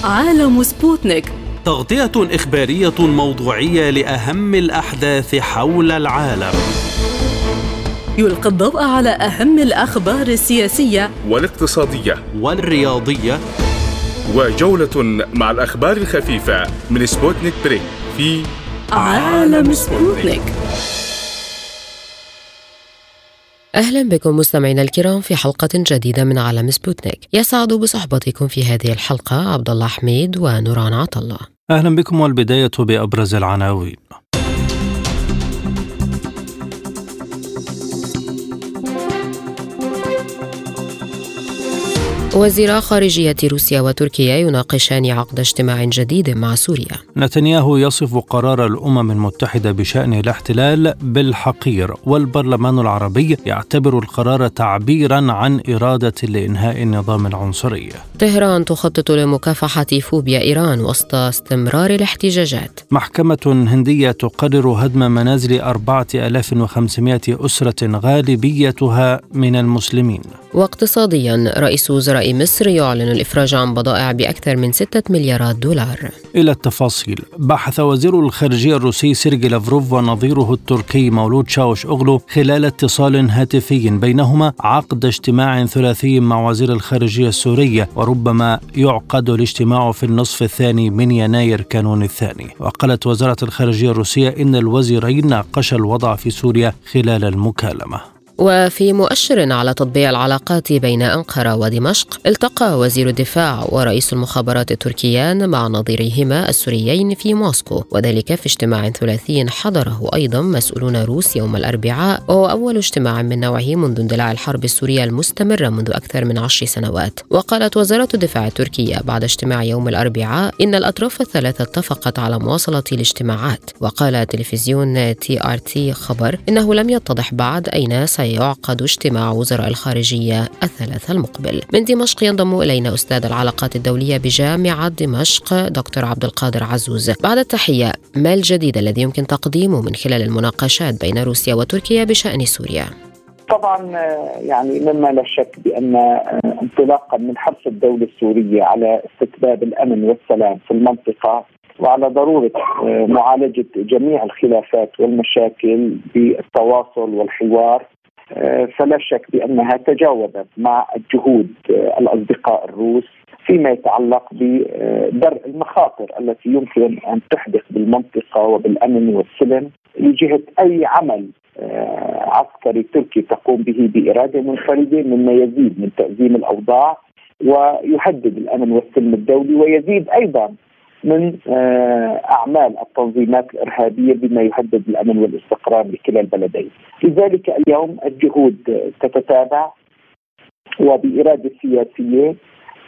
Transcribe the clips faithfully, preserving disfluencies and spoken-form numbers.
عالم سبوتنيك، تغطية إخبارية موضوعية لأهم الأحداث حول العالم. يلقي الضوء على أهم الأخبار السياسية والاقتصادية والرياضية، وجولة مع الأخبار الخفيفة من سبوتنيك بريك في عالم سبوتنيك. أهلا بكم مستمعينا الكرام في حلقة جديدة من عالم سبوتنيك. يسعد بصحبتكم في هذه الحلقة عبد الله حميد ونوران عطلة. أهلا بكم، والبداية بأبرز العناوين. وزيرا خارجية روسيا وتركيا يناقشان عقد اجتماع جديد مع سوريا. نتنياهو يصف قرار الأمم المتحدة بشأن الاحتلال بالحقير، والبرلمان العربي يعتبر القرار تعبيرا عن إرادة لإنهاء النظام العنصري. طهران تخطط لمكافحة فوبيا إيران وسط استمرار الاحتجاجات. محكمة هندية تقرر هدم منازل أربعة آلاف وخمسمائة أسرة غالبيتها من المسلمين. واقتصاديا، رئيس وزراء مصر يعلن الإفراج عن بضائع بأكثر من ستة مليارات دولار. إلى التفاصيل. بحث وزير الخارجية الروسي سيرجي لافروف ونظيره التركي مولود شاوش أوغلو خلال اتصال هاتفي بينهما عقد اجتماع ثلاثي مع وزير الخارجية السوري، وربما يعقد الاجتماع في النصف الثاني من يناير كانون الثاني. وقالت وزارة الخارجية الروسية إن الوزيرين ناقشا الوضع في سوريا خلال المكالمة. وفي مؤشر على تطبيع العلاقات بين أنقرة ودمشق، التقى وزير الدفاع ورئيس المخابرات التركيان مع نظيريهما السوريين في موسكو، وذلك في اجتماع ثلاثي حضره أيضا مسؤولون روس يوم الأربعاء، وهو أول اجتماع من نوعه منذ اندلاع الحرب السورية المستمرة منذ أكثر من عشر سنوات. وقالت وزارة الدفاع التركية بعد اجتماع يوم الأربعاء إن الأطراف الثلاثة اتفقت على مواصلة الاجتماعات. وقال تلفزيون تي آر تي خبر إنه لم يتضح بعد أين سيعقد اجتماع وزراء الخارجية الثلاثة المقبل. من دمشق ينضم إلينا أستاذ العلاقات الدولية بجامعة دمشق دكتور عبد القادر عزوز. بعد التحية، ما الجديد الذي يمكن تقديمه من خلال المناقشات بين روسيا وتركيا بشأن سوريا؟ طبعا يعني مما لا شك بأن انطلاقا من حرص الدولة السورية على استتباب الأمن والسلام في المنطقة، وعلى ضرورة معالجة جميع الخلافات والمشاكل بالتواصل والحوار، فلا شك بأنها تجاوبت مع الجهود الأصدقاء الروس فيما يتعلق بدرء المخاطر التي يمكن أن تحدث بالمنطقة وبالأمن والسلم لجهة أي عمل عسكري تركي تقوم به بإرادة منفردة، مما يزيد من تأزيم الأوضاع ويهدد الأمن والسلم الدولي، ويزيد أيضا من أعمال التنظيمات الإرهابية بما يهدد الأمن والاستقرار لكلا البلدين. لذلك اليوم الجهود تتتابع وبإرادة سياسية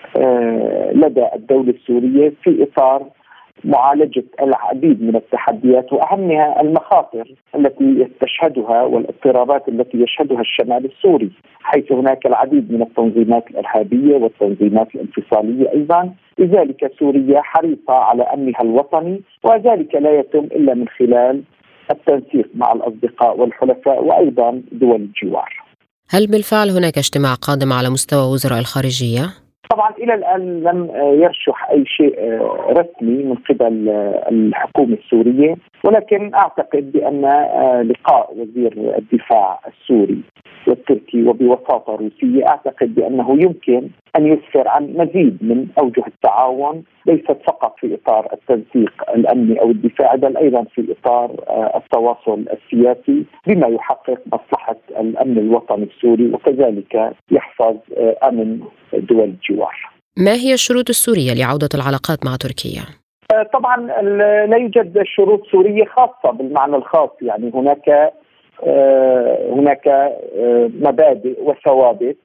لدى الدولة السورية في إطار معالجة العديد من التحديات، وأهمها المخاطر التي تشهدها والاضطرابات التي يشهدها الشمال السوري، حيث هناك العديد من التنظيمات الإرهابية والتنظيمات الانفصالية أيضا. لذلك سوريا حريصة على أمنها الوطني، وذلك لا يتم إلا من خلال التنسيق مع الأصدقاء والحلفاء وأيضا دول الجوار. هل بالفعل هناك اجتماع قادم على مستوى وزراء الخارجية؟ طبعا إلى الآن لم يرشح أي شيء رسمي من قبل الحكومة السورية، ولكن أعتقد بأن لقاء وزير الدفاع السوري والتركي وبوساطة روسية، أعتقد بأنه يمكن أن يسفر عن مزيد من أوجه التعاون، ليست فقط في إطار التنسيق الأمني أو الدفاعي، بل أيضا في إطار التواصل السياسي بما يحقق مصلحة الأمن الوطني السوري وكذلك يحفظ أمن دول الجوار. ما هي الشروط السورية لعودة العلاقات مع تركيا؟ طبعا لا يوجد شروط سورية خاصة بالمعنى الخاص، يعني هناك هناك مبادئ وثوابت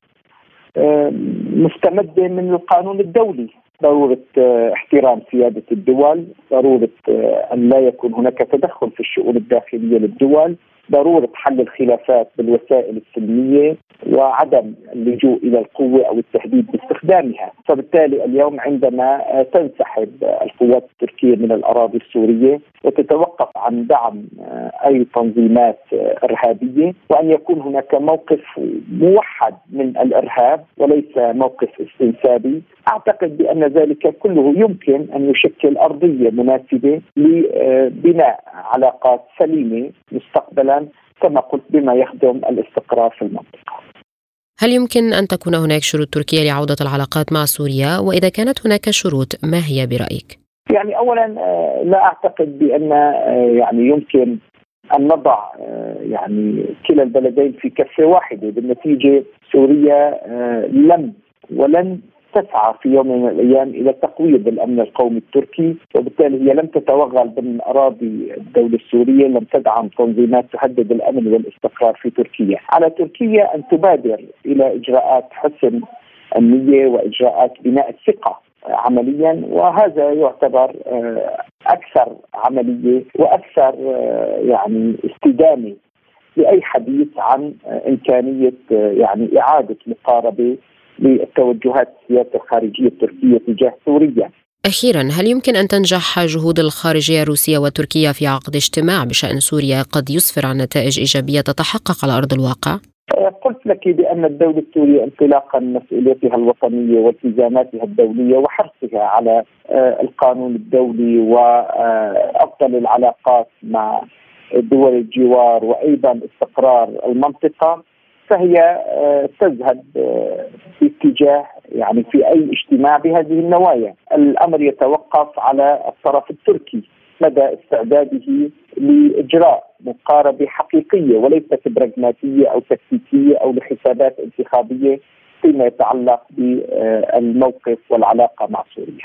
مستمدة من القانون الدولي، ضرورة احترام سيادة الدول، ضرورة أن لا يكون هناك تدخل في الشؤون الداخلية للدول، ضرورة حل الخلافات بالوسائل السلمية، وعدم اللجوء إلى القوة أو التهديد باستخدامها. فبالتالي اليوم عندما تنسحب القوات التركية من الأراضي السورية وتتوقف عن دعم أي تنظيمات إرهابية، وأن يكون هناك موقف موحد من الإرهاب وليس موقف استنسابي، أعتقد بأن ذلك كله يمكن أن يشكل أرضية مناسبة لبناء علاقات سليمة مستقبلا، كما قلت بما يخدم الاستقرار في المنطقة. هل يمكن أن تكون هناك شروط تركية لعودة العلاقات مع سوريا؟ وإذا كانت هناك شروط، ما هي برأيك؟ يعني أولا لا أعتقد بأن يعني يمكن أن نضع يعني كلا البلدين في كفة واحدة. بالنتيجة سوريا لم ولن تسعى في يوم من الأيام إلى تقويض الأمن القومي التركي، وبالتالي هي لم تتوغل ضمن أراضي الدولة السورية، لم تدعم تنظيمات تهدد الأمن والاستقرار في تركيا. على تركيا أن تبادر إلى إجراءات حسم النية وإجراءات بناء الثقة عمليا، وهذا يعتبر أكثر عملية وأكثر يعني استدامة لأي حديث عن إمكانية يعني إعادة مقاربة للتوجهات السياسة الخارجية التركية تجاه سوريا. أخيرا، هل يمكن أن تنجح جهود الخارجية الروسية وتركيا في عقد اجتماع بشأن سوريا قد يسفر عن نتائج إيجابية تتحقق على أرض الواقع؟ قلت لك بأن الدولة السورية انطلاقا من مسؤوليتها الوطنية والتزاماتها الدولية وحرصها على القانون الدولي وأفضل العلاقات مع دول الجوار وأيضا استقرار المنطقة، فهي تذهب في اتجاه يعني في أي اجتماع بهذه النوايا. الأمر يتوقف على الطرف التركي مدى استعداده لإجراء مقاربة حقيقية وليست براغماتية أو تكتيكية أو لحسابات انتخابية فيما يتعلق بالموقف والعلاقة مع سوريا.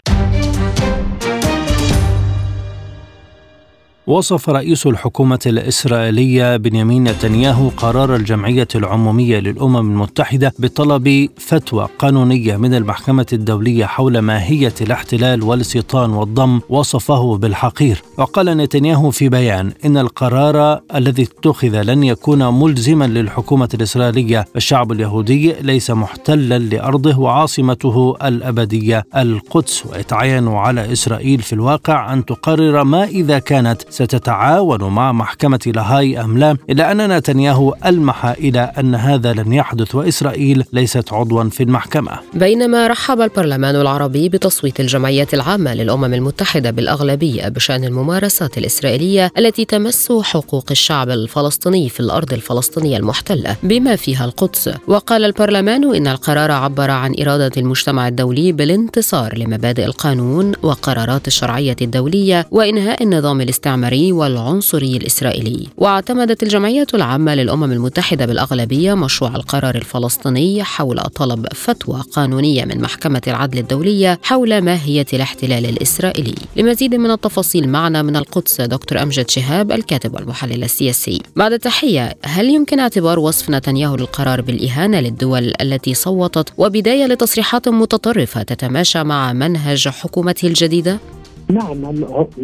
وصف رئيس الحكومة الإسرائيلية بنيامين نتنياهو قرار الجمعية العمومية للأمم المتحدة بطلب فتوى قانونية من المحكمة الدولية حول ماهية الاحتلال والاستيطان والضم، وصفه بالحقير. وقال نتنياهو في بيان إن القرار الذي اتخذ لن يكون ملزما للحكومة الإسرائيلية. الشعب اليهودي ليس محتلا لأرضه وعاصمته الأبدية القدس، ويتعين على إسرائيل في الواقع أن تقرر ما إذا كانت ستتعاون مع محكمة لاهاي أم لا، إلا أن نتنياهو ألمح إلى أن هذا لن يحدث وإسرائيل ليست عضوا في المحكمة. بينما رحب البرلمان العربي بتصويت الجمعية العامة للأمم المتحدة بالأغلبية بشأن الممارسات الإسرائيلية التي تمس حقوق الشعب الفلسطيني في الأرض الفلسطينية المحتلة بما فيها القدس، وقال البرلمان إن القرار عبر عن إرادة المجتمع الدولي بالانتصار لمبادئ القانون وقرارات الشرعية الدولية وإنهاء النظام الاستعماري والعنصري الإسرائيلي. واعتمدت الجمعية العامة للأمم المتحدة بالأغلبية مشروع القرار الفلسطيني حول طلب فتوى قانونية من محكمة العدل الدولية حول ماهية الاحتلال الإسرائيلي. لمزيد من التفاصيل معنا من القدس دكتور أمجد شهاب الكاتب والمحلل السياسي. بعد التحية، هل يمكن اعتبار وصف نتنياهو للقرار بالإهانة للدول التي صوتت وبداية لتصريحات متطرفة تتماشى مع منهج حكومته الجديدة؟ نعم،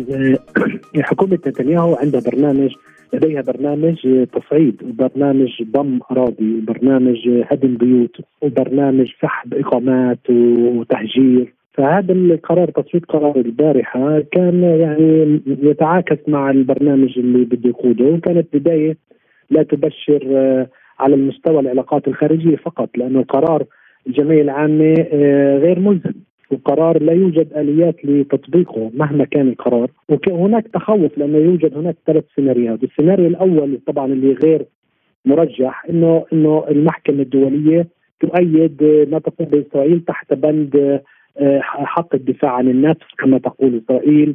حكومة نتنياهو عندها برنامج، لديها برنامج تصعيد وبرنامج ضم أراضي وبرنامج هدم بيوت وبرنامج سحب إقامات وتهجير. فهذا القرار، تصويت قرار البارحة، كان يعني يتعاكس مع البرنامج اللي بده يقوده، وكانت بداية لا تبشر على المستوى العلاقات الخارجية فقط، لأنه قرار الجمعية العامة غير ملزم، وقرار لا يوجد آليات لتطبيقه مهما كان القرار. وهناك تخوف لأنه يوجد هناك ثلاث سيناريوهات. السيناريو الأول طبعا اللي غير مرجح إنه إنه المحكمة الدولية تؤيد ما تقول بإسرائيل تحت بند حق الدفاع عن النفس كما تقول إسرائيل،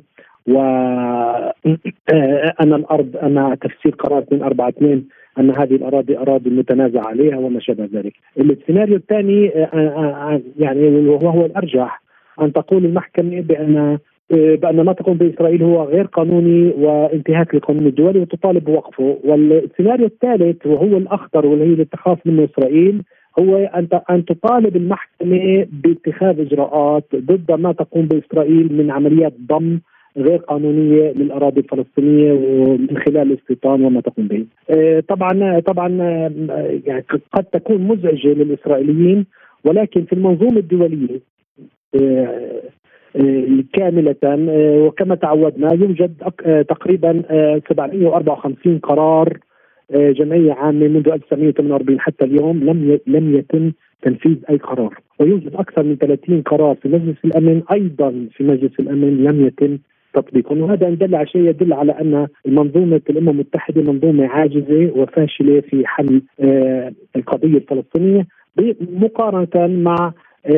وأن الأرض أن تفسير قرار اثنين أربعة اثنين أن هذه الأراضي أراضي متنازع عليها وما شابه ذلك. السيناريو الثاني يعني وهو الأرجح أن تقول المحكمة بأن بأن ما تقوم بإسرائيل هو غير قانوني وانتهاك للقانون الدولي وتطالب بوقفه. والسيناريو الثالث وهو الأخطر واللي اللي تخاف منه إسرائيل هو أن أن تطالب المحكمة باتخاذ إجراءات ضد ما تقوم بإسرائيل من عمليات ضم غير قانونية للأراضي الفلسطينية ومن خلال الاستيطان وما تقوم به. طبعا طبعا يعني قد تكون مزعجة للإسرائيليين، ولكن في المنظومة الدولية كاملة وكما تعودنا يوجد تقريبا سبعمائة وأربعة وخمسين قرار جمعية عامة منذ ألف وتسعمائة وثمانية وأربعين حتى اليوم لم لم يتم تنفيذ أي قرار، ويوجد أكثر من ثلاثين قرار في مجلس الأمن أيضا في مجلس الأمن لم يتم تطبيقهم. وهذا إن دل على شيء يدل على أن منظومة الأمم المتحدة منظومة عاجزة وفاشلة في حل القضية الفلسطينية مقارنة مع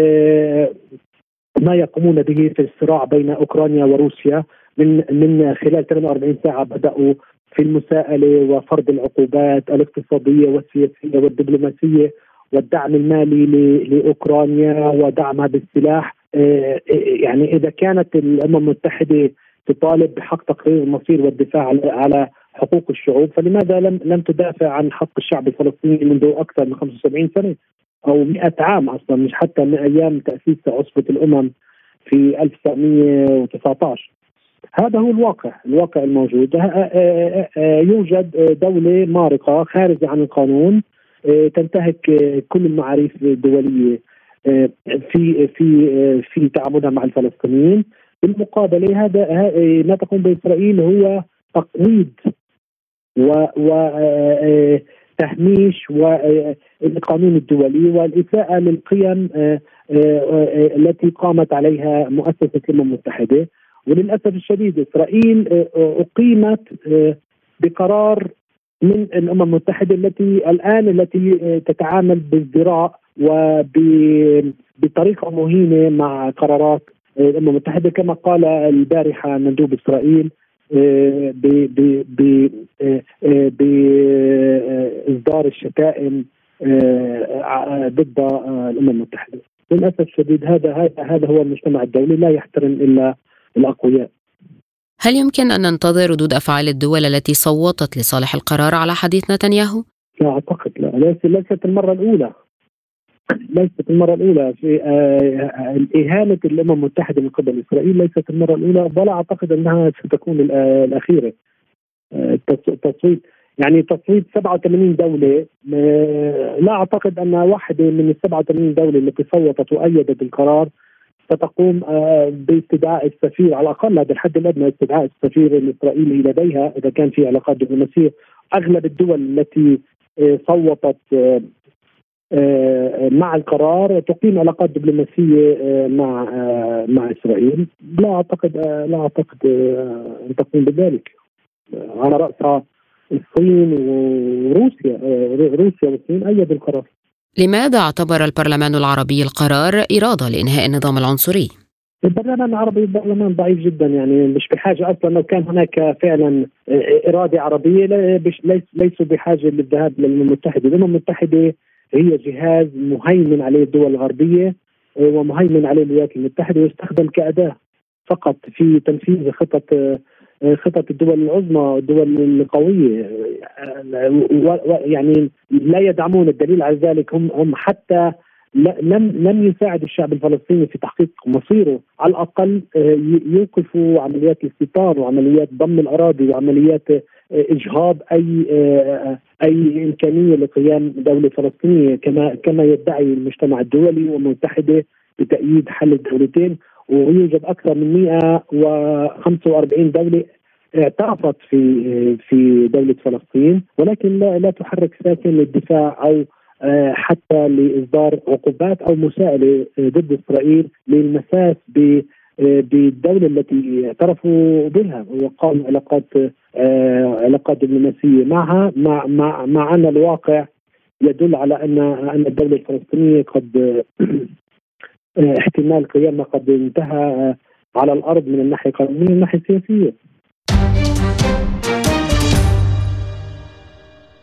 ما يقومون به في الصراع بين أوكرانيا وروسيا. من من خلال ثمانية وأربعين ساعة بدأوا في المساءلة وفرض العقوبات الاقتصادية والسياسية والدبلوماسية والدعم المالي لأوكرانيا ودعمها بالسلاح. يعني إذا كانت الأمم المتحدة تطالب بحق تقرير المصير والدفاع على حقوق الشعوب، فلماذا لم لم تدافع عن حق الشعب الفلسطيني منذ أكثر من خمسة وسبعين سنة أو مئة عام أصلا، مش حتى من أيام تأسيس عصبة الأمم في ألف وتسعمائة وتسعة عشر. هذا هو الواقع الواقع الموجود. يوجد دولة مارقة خارجة عن القانون تنتهك كل المعاريف الدولية في في في تعاملها مع الفلسطينيين. بالمقابلة هذا ما تقوم بإسرائيل هو تقويض وتهميش والقانون الدولي والإساءة للقيم التي قامت عليها مؤسسة الأمم المتحدة. وللأسف الشديد إسرائيل أقيمت بقرار من الأمم المتحدة التي الآن التي تتعامل بازدراء وبطريقة مهينة مع قرارات الأمم المتحدة، كما قال البارحة مندوب إسرائيل بإصدار الشتائم ضد الأمم المتحدة. للأسف الشديد هذا هذا هذا هو المجتمع الدولي، لا يحترم إلا الأقوياء. هل يمكن أن ننتظر ردود أفعال الدول التي صوتت لصالح القرار على حديث نتنياهو؟ لا أعتقد، لا ليست المرة الأولى ليست المرة الأولى في إهانة الأمم المتحدة من قبل إسرائيل، ليست المرة الأولى ولا أعتقد أنها ستكون الأخيرة. التصويت يعني تصويت سبعة وثمانين دولة، لا أعتقد أن واحدة من ال سبعة وثمانين دولة التي صوتت وأيدت القرار ستقوم باستدعاء السفير، على الأقل هذا الحد الأدنى استدعاء السفير الإسرائيلي لديها إذا كان في علاقات دبلوماسية. أغلب الدول التي صوتت مع القرار تقيم علاقات دبلوماسية مع مع إسرائيل. لا أعتقد لا أعتقد أن تقوم بذلك، على رأسها الصين وروسيا. روسيا والصين أيدوا القرار. لماذا اعتبر البرلمان العربي القرار إرادة لإنهاء النظام العنصري؟ البرلمان العربي برلمان ضعيف جدا، يعني مش بحاجة أصلا. لو كان هناك فعلا إرادة عربية ليسوا بحاجة للذهاب للأمم المتحدة. الأمم المتحدة هي جهاز مهيمن عليه الدول الغربية ومهيمن عليه الولايات المتحدة، ويستخدم كأداة فقط في تنفيذ خطط خطط الدول العظمى الدول القوية. يعني لا يدعمون. الدليل على ذلك هم هم حتى لم لم يساعد الشعب الفلسطيني في تحقيق مصيره. على الأقل يوقفوا عمليات الاستيطان وعمليات ضم الأراضي وعمليات إجهاض أي أي إمكانية لقيام دولة فلسطينية كما كما يدعي المجتمع الدولي والمتحدة بتأييد حل الدولتين. ويوجد أكثر من مئة وخمسة وأربعين دولة اعترفت في في دولة فلسطين، ولكن لا لا تحرك ساكن للدفاع أو حتى لإصدار عقوبات أو مساءلة ضد إسرائيل للمساس بالدولة التي اعترفوا بها وقاموا علاقات علاقات دبلوماسية معها. مع مع مع أن الواقع يدل على أن أن الدولة الفلسطينية قد احتمال قيامها قد انتهى على الأرض من الناحية القانونية ومن الناحية السياسية.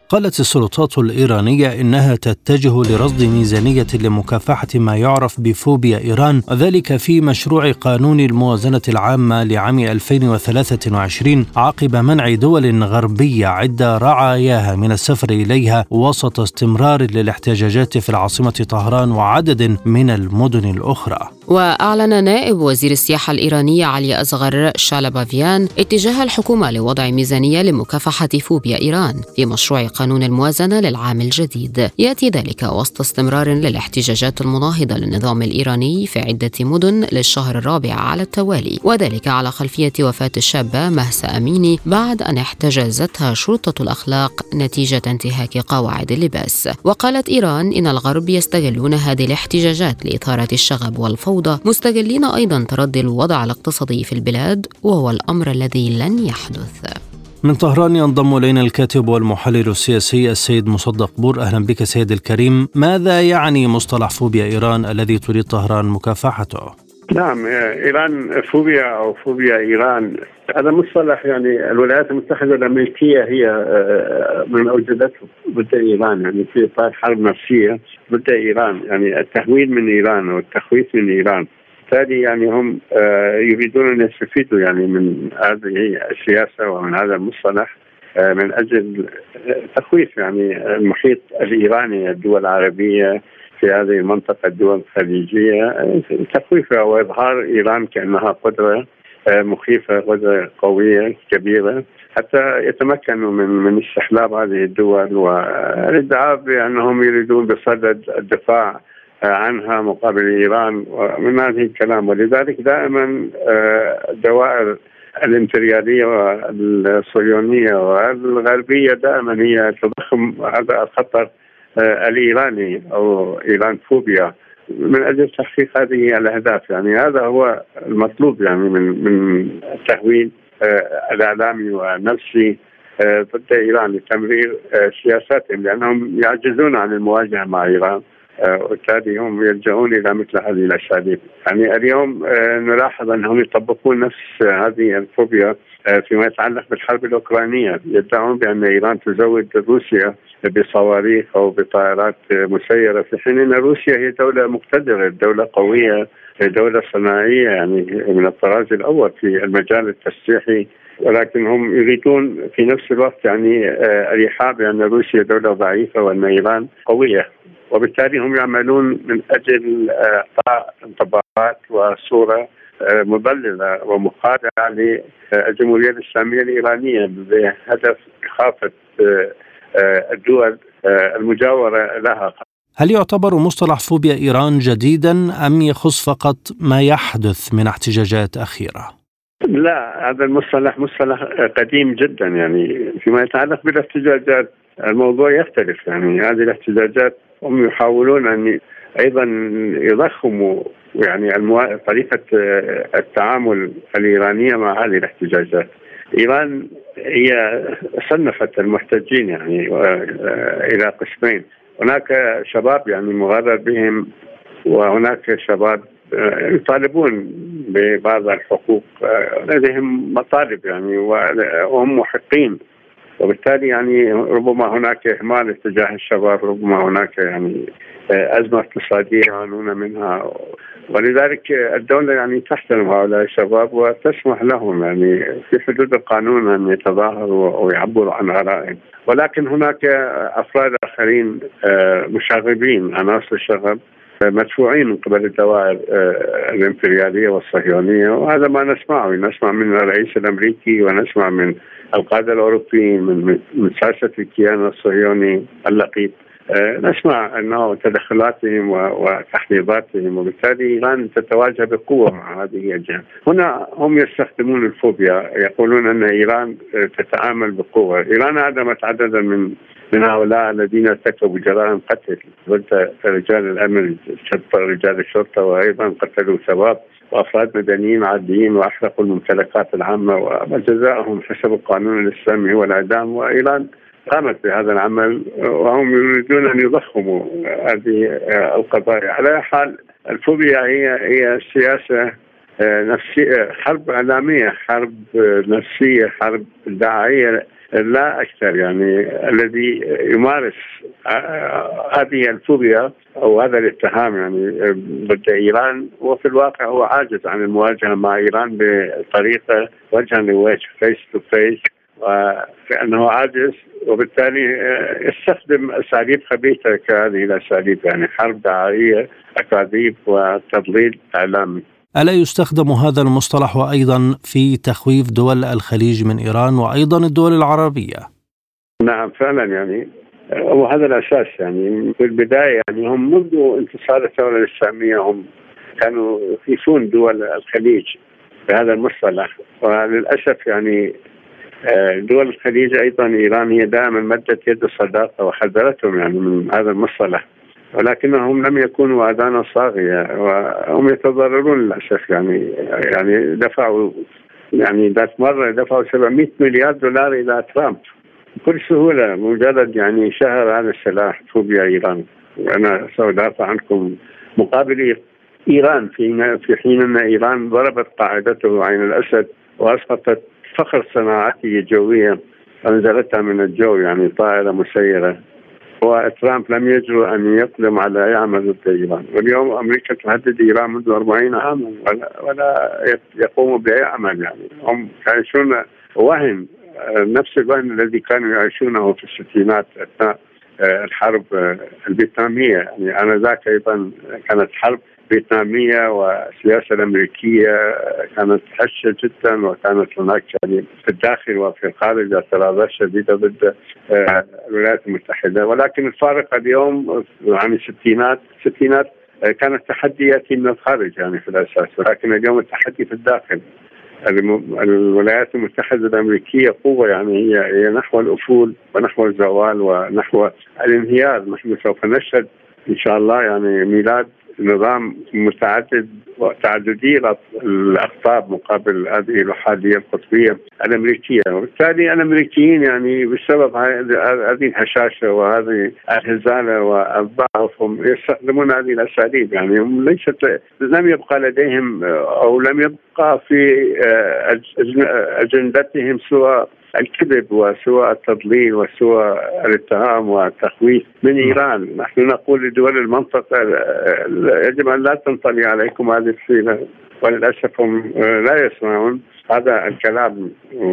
قالت السلطات الإيرانية إنها تتجه لرصد ميزانية لمكافحة ما يعرف بفوبيا إيران، ذلك في مشروع قانون الموازنة العامة لعام ألفين وثلاثة وعشرين عقب منع دول غربية عدة رعاياها من السفر إليها وسط استمرار للاحتجاجات في العاصمة طهران وعدد من المدن الأخرى. وأعلن نائب وزير السياحة الإيراني علي أصغر شالبافيان اتجاه الحكومة لوضع ميزانية لمكافحة فوبيا إيران في مشروع قانون الموازنة للعام الجديد. يأتي ذلك وسط استمرار للاحتجاجات المناهضة للنظام الإيراني في عدة مدن للشهر الرابع على التوالي، وذلك على خلفية وفاة الشابة مهسا أميني بعد أن احتجزتها شرطة الأخلاق نتيجة انتهاك قواعد اللباس. وقالت إيران إن الغرب يستغلون هذه الاحتجاجات لإثارة الشغب والفوضى، مستغلين أيضا تردي الوضع الاقتصادي في البلاد، وهو الأمر الذي لن يحدث. من طهران ينضم إلينا الكاتب والمحلل السياسي السيد مصدق بور. أهلا بك سيد الكريم. ماذا يعني مصطلح فوبيا إيران الذي تريد طهران مكافحته؟ نعم، إيران فوبيا أو فوبيا إيران هذا مصطلح يعني الولايات المتحدة الأمريكية هي من أوجدته ضد إيران، يعني في إطار حرب نفسية ضد إيران، يعني التهويل من إيران والتخويف من إيران. بالتالي يعني هم يريدون أن يستفيدوا يعني من هذه السياسة ومن هذا المصطلح من أجل تخويف يعني المحيط الإيراني، الدول العربية في هذه المنطقة، الدول الخليجية، تخويفها وإظهار إيران كأنها قدرة مخيفة، قدرة قوية كبيرة، حتى يتمكنوا من من استحلاب هذه الدول، والادعاء بأنهم يريدون بصدد الدفاع عنها مقابل إيران ومن هذه الكلام. ولذلك دائما دوائر الإمبريالية والصهيونية والغربية دائما هي تضخم هذا الخطر الإيراني أو إيران فوبيا من أجل تحقيق هذه الأهداف. يعني هذا هو المطلوب يعني من من التهويل الإعلامي والنفسي ضد إيران لتمرير سياساتهم، لأنهم يعجزون عن المواجهة مع إيران، وبالتالي هم يلجؤون إلى مثل هذه الأساليب. يعني اليوم نلاحظ أنهم يطبقون نفس هذه الفوبيا فيما يتعلق بالحرب الأوكرانية، يدعون بأن إيران تزود روسيا بصواريخ أو بطائرات مسيرة، في حين أن روسيا هي دولة مقتدرة، دولة قوية، دولة صناعية يعني من الطراز الأول في المجال التسليحي، ولكن هم يريدون في نفس الوقت يعني الإيحاء بأن روسيا دولة ضعيفة وأن إيران قوية، وبالتالي هم يعملون من أجل إعطاء انطباعات وصورة مضللة ومخادعة للجمهورية الإسلامية الإيرانية بهدف إخافة الدول المجاورة لها. هل يعتبر مصطلح فوبيا إيران جديدا أم يخص فقط ما يحدث من احتجاجات أخيرة؟ لا، هذا المصطلح مصطلح قديم جدا. يعني فيما يتعلق بالاحتجاجات الموضوع يختلف. يعني هذه الاحتجاجات هم يحاولون أن أيضا يضخموا يعني المو... طريقة التعامل الإيرانية مع هذه الاحتجاجات. إيران هي صنفت المحتجين يعني إلى قسمين، هناك شباب يعني مغرر بهم، وهناك شباب يطالبون ببعض الحقوق، لديهم مطالب يعني وهم محقين، وبالتالي يعني ربما هناك إهمال اتجاه الشباب، ربما هناك يعني أزمة اقتصادية يعانون منها، ولذلك الدولة يعني تحترم هؤلاء الشباب وتسمح لهم يعني في حدود القانون أن يتظاهروا ويعبروا عن آرائهم. ولكن هناك أفراد آخرين مشاغبين، عناصر شغب مدفوعين من قبل الدوائر الإمبريالية والصهيونية، وهذا ما نسمعه. نسمع من الرئيس الأمريكي ونسمع من القادة الأوروبيين من من ساسة الكيان الصهيوني اللقيط، نسمع أنه تدخلاتهم وتحريضاتهم، وبالتالي إيران تتواجه بقوة مع هذه الجهة. هنا هم يستخدمون الفوبيا، يقولون أن إيران تتعامل بقوة. إيران عدمت عددا من من هؤلاء الذين ارتكبوا جرائم قتل ضد رجال الأمن، رجال الشرطة، وأيضا قتلوا شباب وأفراد مدنيين عاديين وأحرقوا الممتلكات العامة، وجزاؤهم حسب القانون الإسلامي هو الإعدام. وإيران قامت بهذا العمل وهم يريدون أن يضخموا هذه القضايا. على حال الفوبيا هي هي سياسة نفسية، حرب إعلامية، حرب نفسية، حرب دعائية لا أكثر، يعني الذي يمارس هذه الفوبيا أو هذا الاتهام يعني ضد إيران، وفي الواقع هو عاجز عن المواجهة مع إيران بطريقة وجها لوجه فيس تو فيس، وكأنه عاجز، وبالتالي يستخدم أساليب خبيثة كهذه الأساليب، يعني حرب دعائية، أكاذيب وتضليل إعلامي. ألا يستخدم هذا المصطلح أيضا في تخويف دول الخليج من إيران وأيضا الدول العربية؟ نعم فعلا، يعني وهذا الأساس. يعني في البداية يعني هم منذ انتصار الثورة الإسلامية هم كانوا يخيفون دول الخليج بهذا المصطلح، وللأسف يعني دول الخليج أيضا إيران هي دائما مدت يد الصداقة وحذرتهم يعني من هذا المصطلح، ولكنهم لم يكونوا آذانا صاغية وهم يتضررون للأسف. يعني يعني دفعوا يعني ذات مرة دفعوا سبعمائة مليار دولار إلى ترامب بكل سهولة، مجرد يعني شهر هذا السلاح فوبيا إيران. وأنا سأدافع عنكم مقابل إيران في في حين أن إيران ضربت قاعدته عين الأسد وأسقطت فخر صناعته الجوية، أنزلتها من الجو يعني طائرة مسيرة، وترامب لم يجرؤ أن يقدم على أي عمل ضد إيران. واليوم أمريكا تهدد إيران منذ أربعين عاما ولا, ولا يقوم بأي عمل. يعني هم يعيشون وهم، نفس الوهم الذي كانوا يعيشونه في الستينات أثناء الحرب الفيتنامية. يعني آنذاك أيضا كانت حرب فيتنامية، والسياسة الأمريكية كانت هشة جدا، وكانت هناك يعني في الداخل وفي الخارج اعتراضات شديدة ضد الولايات المتحدة. ولكن الفارق اليوم عن الستينات الستينات كانت تحدي يأتي من الخارج يعني في الأساس، ولكن اليوم التحدي في الداخل. الولايات المتحدة الأمريكية قوة يعني هي هي نحو الأفول ونحو الزوال ونحو الانهيار. نحن سوف نشهد إن شاء الله يعني ميلاد نظام متعدد وتعددي الأقطاب مقابل هذه الوحدية القطبية الأمريكية. وبالتالي الأمريكيين يعني بسبب هذه الهشاشة وهذه الهزالة والضعف هم يستخدمون هذه الأساليب. يعني هم ليست لم يبقى لديهم أو لم يبقى في أجندتهم سوى الكذب وسوى التضليل وسوى الاتهام والتخويف من إيران. نحن نقول لدول المنطقة يجب أن لا تنطلي عليكم هذه الحيلة، وللأسف هم لا يسمعون هذا الكلام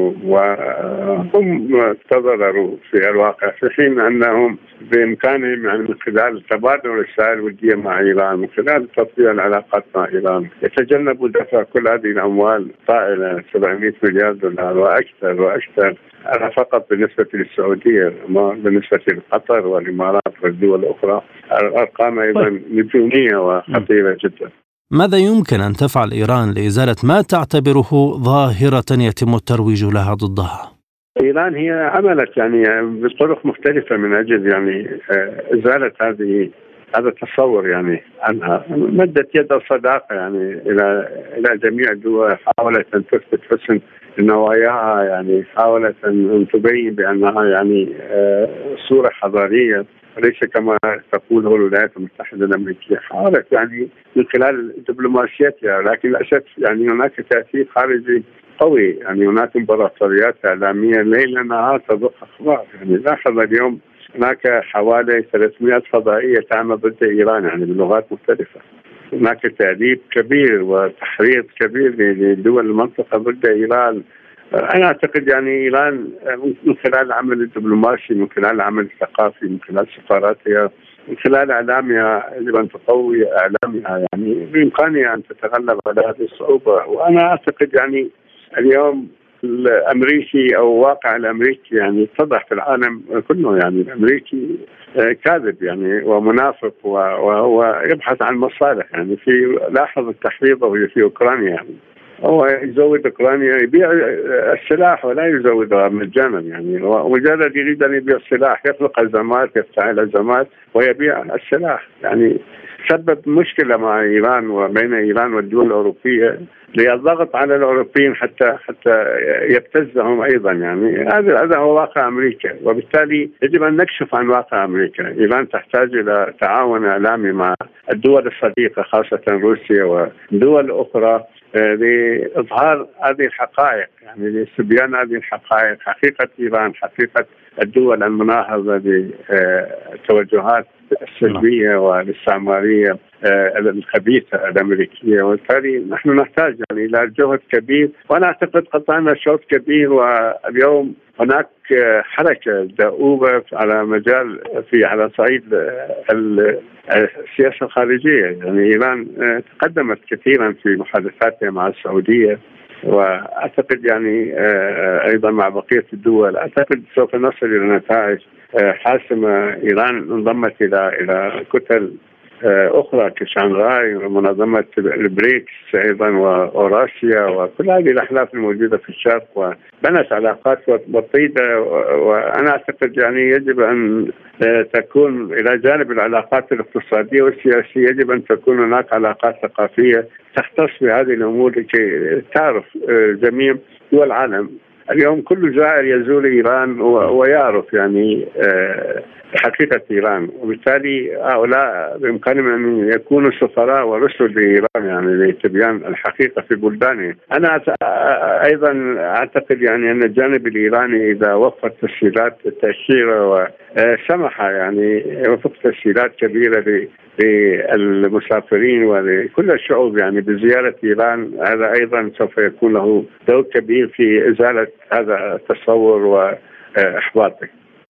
وهم تضرروا في الواقع، في حين أنهم بإمكانهم يعني من خلال تبادل رسائل ودية مع إيران، من خلال تطوير العلاقات مع إيران، يتجنبوا دفع كل هذه الأموال طائلة سبعمائة مليار دولار وأكثر وأكثر. أنا فقط بالنسبة للسعودية، ما بالنسبة لقطر والإمارات والدول الأخرى الأرقام أيضا نجومية وخطيرة جدا. ماذا يمكن أن تفعل إيران لإزالة ما تعتبره ظاهرة يتم الترويج لها ضدها؟ إيران هي عملت يعني بطرق مختلفة من أجل يعني إزالة هذه هذا التصور يعني عنها. مدت يد الصداقة يعني إلى إلى جميع الدول، حاولت أن تثبت حسن نواياها، يعني حاولت أن تبين بأنها يعني صورة حضارية وليس كما تقوله الولايات المتحدة الأمريكية. حاولت يعني من خلال دبلوماسيتها، لكن للأسف يعني هناك تأثير خارجي قوي. يعني هناك امبراطوريات إعلامية ليل نهار تضخ أخبار. يعني لاحظ اليوم هناك حوالي ثلاثمائة فضائية تعمل ضد إيران يعني بلغات مختلفة. هناك تأديب كبير وتحريض كبير لدول المنطقة ضد إيران. أنا أعتقد يعني إيران من خلال العمل الدبلوماسي، من خلال العمل الثقافي، من خلال سفاراتها، من خلال إعلامها، يجب أن تقوي إعلامها. يعني بإمكانها أن تتغلب على هذه الصعوبة. وأنا أعتقد يعني اليوم الأمريكي أو واقع الأمريكي يعني اتضح في العالم كله. يعني الأمريكي كاذب يعني ومنافق وهو يبحث عن مصالح. يعني في لاحظ التحريض وهي في أوكرانيا، يعني هو يزود أوكرانيا، يبيع السلاح ولا يزودها مجانا. يعني مجرد يريد أن يبيع السلاح، يخلق أزمات، يفتعل أزمات ويبيع السلاح. يعني سبب مشكلة مع إيران وبين إيران والدول الأوروبية للضغط على الأوروبيين حتى حتى يبتزهم أيضا. يعني هذا هذا هو واقع أمريكا، وبالتالي يجب أن نكشف عن واقع أمريكا. إيران تحتاج إلى تعاون إعلامي مع الدول الصديقة خاصة روسيا ودول أخرى لإظهار هذه الحقائق، يعني لاستبيان هذه الحقائق، حقيقة إيران، حقيقة الدول المناهضة للتوجهات السلبية والاستعمارية الخبيثة الأمريكية. وبالتالي نحن نحتاج يعني إلى جهد كبير، وأنا أعتقد قطعنا شوط كبير، واليوم هناك حركة دؤوبة على مجال في على صعيد السياسة الخارجية. يعني إيران تقدمت كثيرا في محادثاتها مع السعودية، وأعتقد يعني أيضا مع بقية الدول. أعتقد سوف نصل إلى نتائج حاسمة. إيران انضمت إلى إلى كتل أخرى كشانغهاي ومنظمة البريكس أيضا وأوراسيا وكل هذه الأحلاف الموجودة في الشرق، وبنت علاقات وطيدة. وأنا أعتقد يعني يجب أن تكون إلى جانب العلاقات الاقتصادية والسياسية يجب أن تكون هناك علاقات ثقافية تختص بهذه الأمور لكي تعرف جميع دول العالم. اليوم كل زائر يزور إيران ويعرف يعني حقيقة إيران، وبالتالي هؤلاء بإمكانهم أن يكونوا سفراء ورسل لإيران يعني لتبيان الحقيقة في بلدانهم. أنا أيضا أعتقد يعني أن الجانب الإيراني إذا وفر تسهيلات تأشيرة وسمح يعني وفق تسهيلات كبيرة للمسافرين ولكل الشعوب يعني بزيارة إيران، هذا أيضا سوف يكون له دور كبير في إزالة هذا التصور وإحباطه.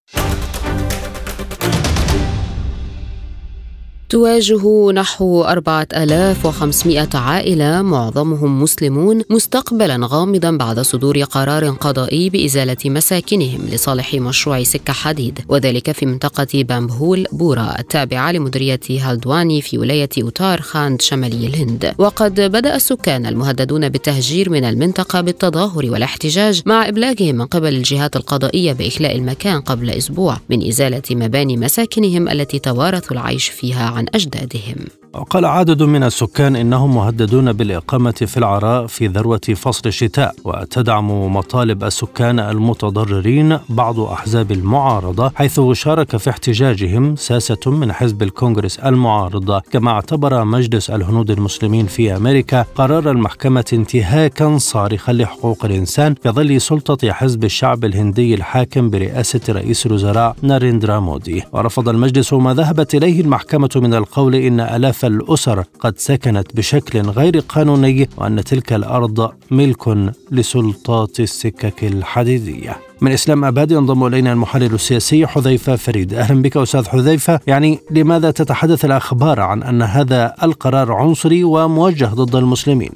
تواجه نحو أربعة آلاف وخمسمائة عائلة معظمهم مسلمون مستقبلا غامضا بعد صدور قرار قضائي بإزالة مساكنهم لصالح مشروع سكة حديد، وذلك في منطقة بامبهول بورا التابعة لمديرية هالدواني في ولاية أوتارخاند شمالي الهند. وقد بدأ السكان المهددون بالتهجير من المنطقة بالتظاهر والاحتجاج مع إبلاغهم من قبل الجهات القضائية بإخلاء المكان قبل أسبوع من إزالة مباني مساكنهم التي توارثوا العيش فيها عن أجدادهم. قال عدد من السكان إنهم مهددون بالإقامة في العراء في ذروة فصل الشتاء، وتدعم مطالب السكان المتضررين بعض أحزاب المعارضة، حيث شارك في احتجاجهم ساسة من حزب الكونغرس المعارضة. كما اعتبر مجلس الهنود المسلمين في أمريكا قرار المحكمة انتهاكا صارخا لحقوق الإنسان في ظل سلطة حزب الشعب الهندي الحاكم برئاسة رئيس الوزراء ناريندرا مودي. ورفض المجلس ما ذهبت إليه المحكمة من القول إن آلاف الأسر قد سكنت بشكل غير قانوني، وأن تلك الأرض ملك لسلطات السكك الحديدية. من إسلام آباد ينضم إلينا المحلل السياسي حذيفة فريد. أهلا بك أستاذ حذيفة. يعني لماذا تتحدث الأخبار عن أن هذا القرار عنصري وموجه ضد المسلمين؟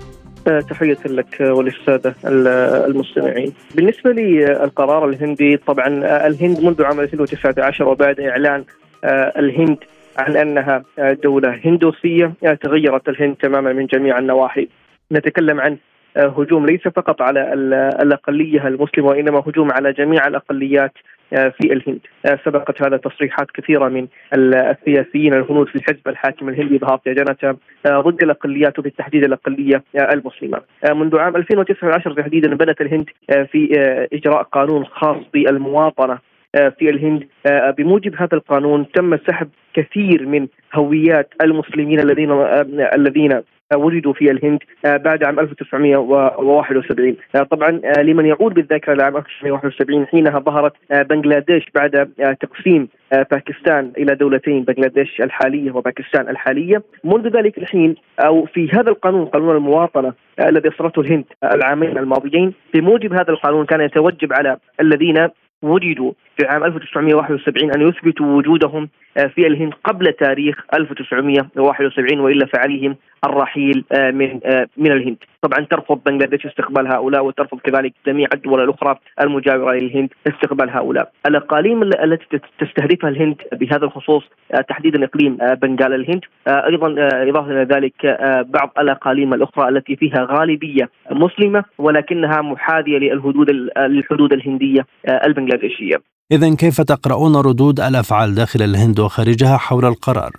تحية لك وللسادة المستمعين. بالنسبة لي القرار الهندي، طبعا الهند منذ عام ألفين وتسعة عشر وبعد إعلان الهند عن أنها دولة هندوسية تغيرت الهند تماما من جميع النواحي. نتكلم عن هجوم ليس فقط على الأقلية المسلمة، وإنما هجوم على جميع الأقليات في الهند. سبقت هذا تصريحات كثيرة من السياسيين الهنود في الحزب الحاكم الهندي بهارتيا جنتا ضد الأقليات وبالتحديد الأقلية المسلمة. منذ عام ألفين وتسعة عشر تحديدا بدأت الهند في إجراء قانون خاص بالمواطنة في الهند. بموجب هذا القانون تم سحب كثير من هويات المسلمين الذين الذين وجدوا في الهند بعد عام ألف وتسعمائة وواحد وسبعين. طبعا لمن يعود بالذاكرة لعام ألف وتسعمائة وواحد وسبعين حينها ظهرت بنغلاديش بعد تقسيم باكستان إلى دولتين، بنغلاديش الحالية وباكستان الحالية. منذ ذلك الحين أو في هذا القانون، قانون المواطنة الذي أصدرته الهند العامين الماضيين، بموجب هذا القانون كان يتوجب على الذين وجدوا في عام ألف وتسعمائة وواحد وسبعين أن يثبتوا وجودهم في الهند قبل تاريخ ألف وتسعمائة وواحد وسبعين، وإلا فعليهم الرحيل من من الهند. طبعا ترفض بنغلاديش استقبال هؤلاء، وترفض كذلك جميع الدول الأخرى المجاورة للهند استقبال هؤلاء. الأقاليم التي تستهدفها الهند بهذا الخصوص تحديدا إقليم بنغال الهند، أيضا إضافة إلى ذلك بعض الأقاليم الأخرى التي فيها غالبية مسلمة ولكنها محاذية للحدود الحدود الهندية البنغلاديشية. إذن كيف تقرؤون ردود الأفعال داخل الهند وخارجها حول القرار؟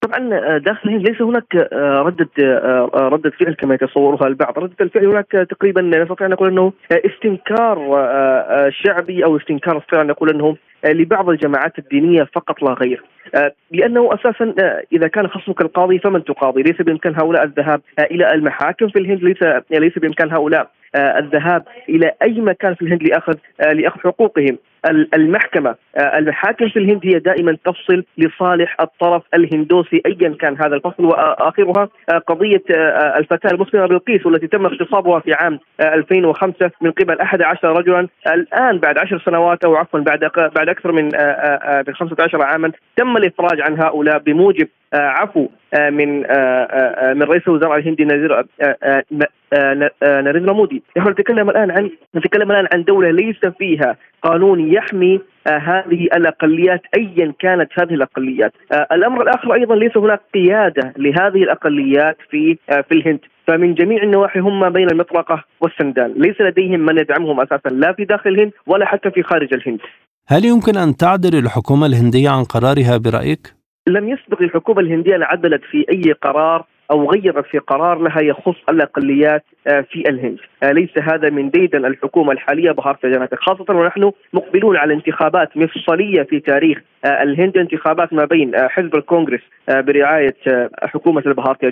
طبعا داخل الهند ليس هناك ردة ردة فعل كما يتصورها البعض. ردة الفعل هناك تقريبا نستطيع أن نقول أنه استنكار شعبي أو استنكار نستطيع أن نقول أنه لبعض الجماعات الدينية فقط لا غير، لأنه أساسا إذا كان خصمك القاضي فمن تقاضي؟ ليس بإمكان هؤلاء الذهاب إلى المحاكم في الهند، ليس ليس بإمكان هؤلاء الذهاب إلى أي مكان في الهند لأخذ لأخذ حقوقهم. المحكمة المحاكم في الهند هي دائما تفصل لصالح الطرف الهندوسي أيا كان هذا الفصل، وآخرها قضية الفتاة المسلمة بلقيس والتي تم اغتصابها في عام ألفين وخمسة من قبل أحد عشر رجلا. الآن بعد عشر سنوات أو عفوا بعد بعد أكثر من من خمسة عشر عاما تم الإفراج عن هؤلاء بموجب عفو من من رئيس الوزراء الهندي ناريندرا مودي. نحن نتكلم الآن عن نتكلم الآن عن دولة ليس فيها قانون يحمي هذه الأقليات أيا كانت هذه الأقليات. الأمر الآخر أيضا ليس هناك قيادة لهذه الأقليات في في الهند، فمن جميع النواحي هم ما بين المطرقة والسندان، ليس لديهم من يدعمهم أساسا لا في داخل الهند ولا حتى في خارج الهند. هل يمكن أن تعدل الحكومة الهندية عن قرارها برأيك؟ لم يسبق الحكومة الهندية أن عدلت في أي قرار أو غيرت في قرار لها يخص الأقليات في الهند. ليس هذا من ديدن الحكومة الحالية بهارتيا جناتا، خاصة ونحن مقبلون على انتخابات مفصلية في تاريخ الهند، انتخابات ما بين حزب الكونغرس برعاية حكومة بهارتيا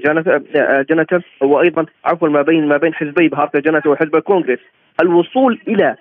جناتا وأيضا عفوا ما بين ما بين حزبي بهارتيا جناتا وحزب الكونغرس. الوصول إلى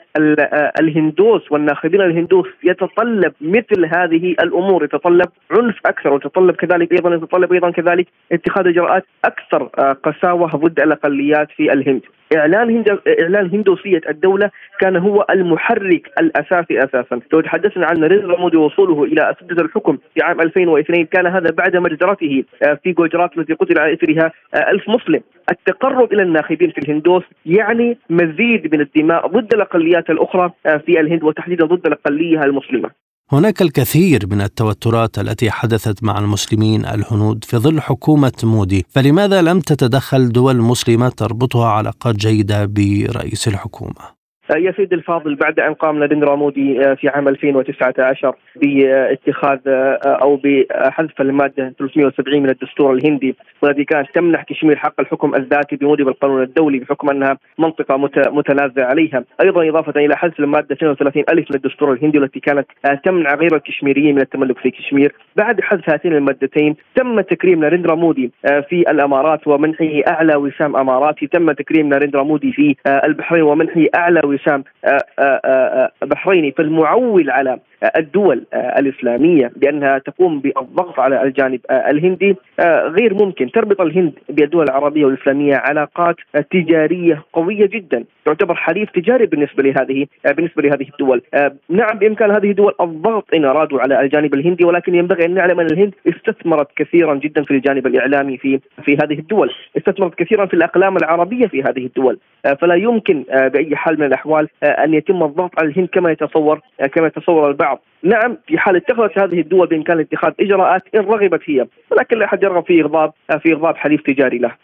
الهندوس والناخبين الهندوس يتطلب مثل هذه الأمور، يتطلب عنف أكثر، ويتطلب كذلك أيضا يتطلب أيضا كذلك اتخاذ إجراءات أكثر قساوة ضد الأقليات في الهند. إعلان هند إعلان هندوسية الدولة كان هو المحرك الأساسي أساسا. لو تحدثنا عن ناريندرا مودي وصوله إلى سدة الحكم في عام ألفين واثنين، كان هذا بعد مجزرته في جوجرات التي قتل على إثرها ألف مسلم. التقرب إلى الناخبين في الهندوس يعني مزيد من الدماء ضد الأقليات الأخرى في الهند، وتحديدا ضد الأقلية المسلمة. هناك الكثير من التوترات التي حدثت مع المسلمين الهنود في ظل حكومة مودي، فلماذا لم تتدخل دول مسلمة تربطها علاقات جيدة برئيس الحكومة؟ يا سيد الفاضل، بعد أن قام ناريندرا مودي في عام ألفين وتسعة عشر باتخاذ أو بحذف المادة ثلاثمئة وسبعين من الدستور الهندي، والتي كانت تمنح كشمير حق الحكم الذاتي بموجب القانون الدولي بحكم أنها منطقة متنازع عليها، أيضا إضافة إلى حذف المادة اثنين وثلاثين ألف من الدستور الهندي والتي كانت تمنع غير الكشميريين من التملك في كشمير. بعد حذف هاتين المادتين تم تكريم ناريندرا مودي في الأمارات ومنحه أعلى وسام أماراتي، تم تكريم ناريندرا مودي في البحرين ومنحه أعلى وسام بحريني. فالمعول على الدول الإسلامية بأنها تقوم بالضغط على الجانب الهندي غير ممكن. تربط الهند بالدول العربية والإسلامية علاقات تجارية قوية جدا، تعتبر حليف تجاري بالنسبة لهذه بالنسبة لهذه الدول. نعم بإمكان هذه الدول الضغط إن أرادوا على الجانب الهندي، ولكن ينبغي أن نعلم أن الهند استثمرت كثيرا جدا في الجانب الإعلامي في في هذه الدول، استثمرت كثيرا في الأقلام العربية في هذه الدول. فلا يمكن بأي حال من الأحوال أن يتم الضغط على الهند كما يتصور كما يتصور البعض. نعم في حال اتخذت هذه الدول بإمكان اتخاذ إجراءات إن رغبت هي، ولكن لا أحد يرغب في إغضاب في إغضاب حليف تجاري له.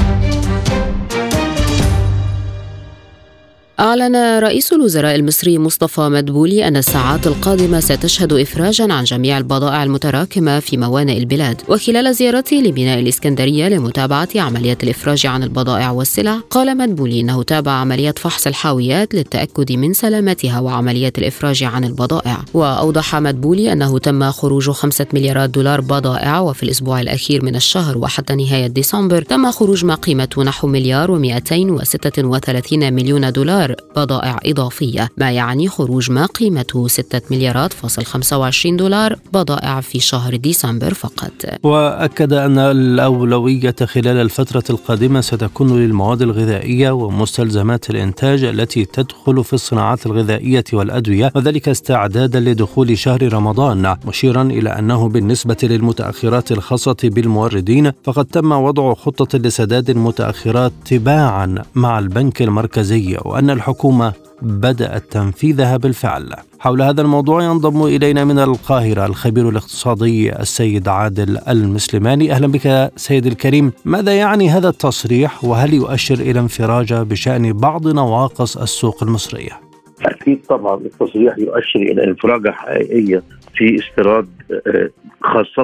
أعلن رئيس الوزراء المصري مصطفى مدبولي أن الساعات القادمة ستشهد إفراجاً عن جميع البضائع المتراكمة في موانئ البلاد. وخلال زيارته لميناء الإسكندرية لمتابعة عمليات الإفراج عن البضائع والسلع، قال مدبولي أنه تابع عمليات فحص الحاويات للتأكد من سلامتها وعمليات الإفراج عن البضائع. وأوضح مدبولي أنه تم خروج خمسة مليارات دولار بضائع، وفي الأسبوع الأخير من الشهر وحتى نهاية ديسمبر تم خروج ما قيمته نحو مليار ومئتين وستة وثلاثين مليون دولار بضائع إضافية، ما يعني خروج ما قيمته ستة مليارات فاصل خمسة وعشرين دولار بضائع في شهر ديسمبر فقط. وأكد أن الأولوية خلال الفترة القادمة ستكون للمواد الغذائية ومستلزمات الإنتاج التي تدخل في الصناعات الغذائية والأدوية، وذلك استعدادا لدخول شهر رمضان، مشيرا إلى أنه بالنسبة للمتأخرات الخاصة بالموردين فقد تم وضع خطة لسداد المتأخرات تباعا مع البنك المركزي، وأن الحكومة بدأت تنفيذها بالفعل. حول هذا الموضوع ينضم إلينا من القاهرة الخبير الاقتصادي السيد عادل المسلماني. أهلا بك سيد الكريم. ماذا يعني هذا التصريح، وهل يؤشر إلى انفراج بشأن بعض نواقص السوق المصرية؟ أكيد طبعا التصريح يؤشر إلى انفراجة حقيقية في استيراد، خاصة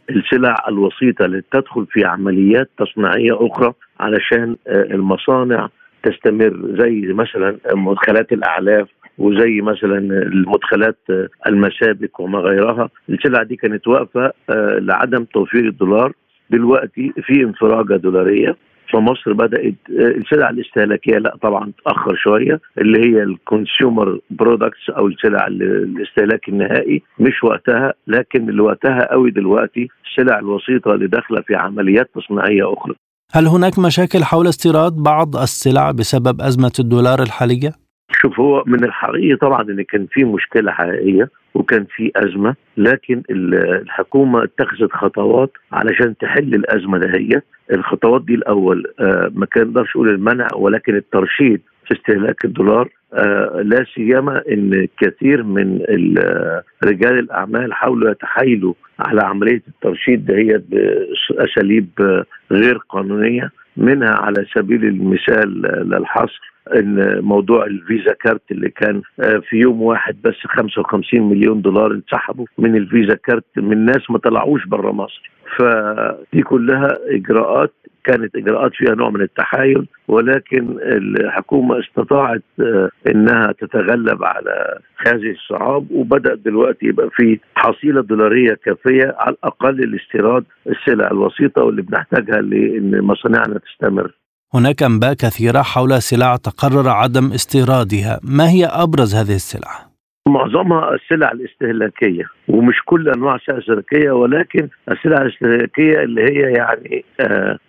السلع الوسيطة اللي تدخل في عمليات تصنيعية أخرى علشان المصانع تستمر، زي مثلا مدخلات الأعلاف وزي مثلا المدخلات المسابك وما غيرها. السلع دي كانت واقفة لعدم توفير الدولار، دلوقتي في انفراجة دولارية، فمصر بدأت السلع الاستهلاكية لا طبعا تأخر شوية، اللي هي الكونسيومر برودكتس أو السلع الاستهلاك النهائي مش وقتها، لكن اللي وقتها قوي دلوقتي السلع الوسيطة اللي داخلة في عمليات تصنيعية أخرى. هل هناك مشاكل حول استيراد بعض السلع بسبب أزمة الدولار الحالية؟ شوف، هو من الحقيقي طبعا ان كان في مشكله حقيقيه وكان في ازمه، لكن الحكومه اتخذت خطوات علشان تحل الازمه دهية. الخطوات دي الاول آه ما كان نقدرش نقول المنع، ولكن الترشيد في استهلاك الدولار، آه لا سيما ان كثير من رجال الاعمال حاولوا يتحايلوا على عمليه الترشيد دهية باساليب غير قانونيه، منها على سبيل المثال للحصر ان موضوع الفيزا كارت اللي كان في يوم واحد بس خمسة وخمسين مليون دولار انسحبوا من الفيزا كارت من ناس ما طلعوش بره مصر. فدي كلها اجراءات كانت اجراءات فيها نوع من التحايل، ولكن الحكومه استطاعت انها تتغلب على هذه الصعاب، وبدات دلوقتي يبقى في حصيله دولاريه كافيه على الاقل لاستيراد السلع الوسيطه واللي بنحتاجها لان مصانعنا تستمر. هناك أنباء كثيرة حول سلع تقرر عدم استيرادها، ما هي أبرز هذه السلع؟ معظمها السلع الاستهلاكية، ومش كل أنواع السلع الاستهلاكية، ولكن السلع الاستهلاكية اللي هي يعني آه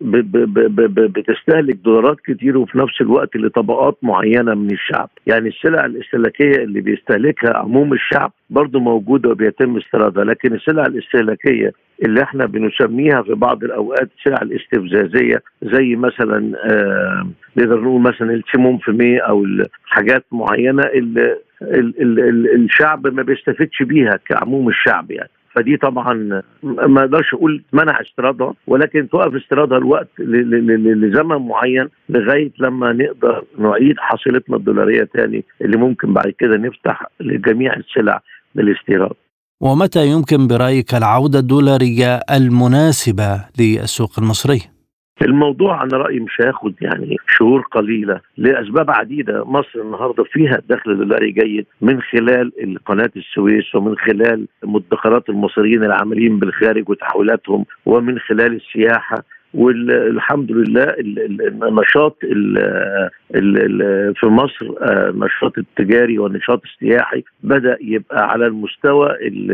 بتستهلك دولارات كتير وفي نفس الوقت لطبقات معينة من الشعب. يعني السلع الاستهلاكية اللي بيستهلكها عموم الشعب برضو موجودة وبيتم استيرادها، لكن السلع الاستهلاكية اللي احنا بنسميها في بعض الأوقات السلع الاستفزازية، زي مثلا آه نقدر نقول مثلا السموم في مية أو الحاجات معينة اللي ال ال ال الشعب ما بيستفدش بيها كعموم الشعب يعني، فدي طبعا ما اقدرش اقول منع استيرادها، ولكن توقف استيرادها الوقت لزمن معين لغايه لما نقدر نعيد حصيلتنا الدولاريه تاني، اللي ممكن بعد كده نفتح لجميع السلع للاستيراد. ومتى يمكن برأيك العودة الدولارية المناسبة للسوق المصري؟ الموضوع أنا رأيي مش هياخد يعني شهور قليلة لأسباب عديدة. مصر النهاردة فيها دخل دولاري جيد من خلال قناة السويس، ومن خلال مدخرات المصريين العاملين بالخارج وتحويلاتهم، ومن خلال السياحة، والحمد لله النشاط في مصر النشاط التجاري والنشاط السياحي بدأ يبقى على المستوى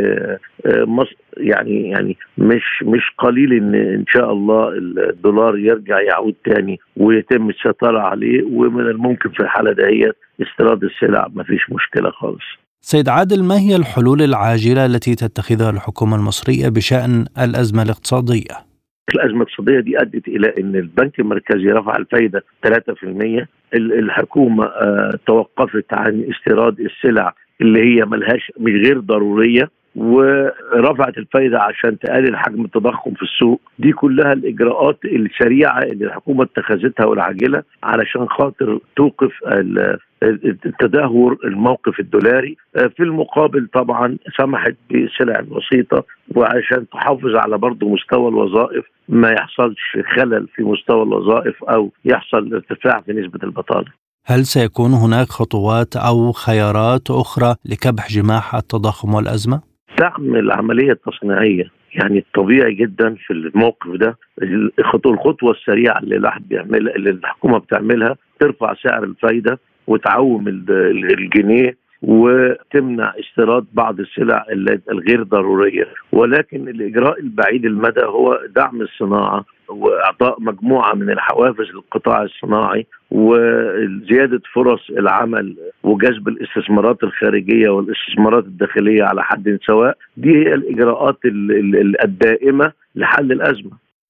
يعني يعني مش مش قليل ان ان شاء الله الدولار يرجع يعود تاني ويتم السيطرة عليه، ومن الممكن في الحالة دهيت استيراد السلع ما فيش مشكلة خالص. سيد عادل، ما هي الحلول العاجلة التي تتخذها الحكومة المصرية بشأن الأزمة الاقتصادية؟ الأزمة الاقتصادية دي أدت إلى أن البنك المركزي رفع الفايدة ثلاثة بالمئة، الحكومة آه توقفت عن استيراد السلع اللي هي ملهاش مش غير ضرورية، ورفعت الفايدة عشان تقلل حجم التضخم في السوق. دي كلها الإجراءات السريعة اللي الحكومة اتخذتها والعاجلة علشان خاطر توقف التدهور الموقف الدولاري. في المقابل طبعا سمحت بالسلع الوسيطة وعشان تحافظ على برضو مستوى الوظائف، ما يحصلش خلل في مستوى الوظائف أو يحصل ارتفاع في نسبة البطالة. هل سيكون هناك خطوات أو خيارات أخرى لكبح جماح التضخم والأزمة؟ دعم العملية التصنيعية، يعني الطبيعي جدا في الموقف ده الخطوة السريعة اللي الواحد بيعملها اللي الحكومة بتعملها ترفع سعر الفايدة وتعوم الجنيه وتمنع استيراد بعض السلع الغير ضرورية. ولكن الإجراء البعيد المدى هو دعم الصناعة وإعطاء مجموعة من الحوافز للقطاع الصناعي وزيادة فرص العمل وجذب الاستثمارات الخارجية والاستثمارات الداخلية على حد سواء. دي هي الإجراءات الدائمة لحل الأزمة.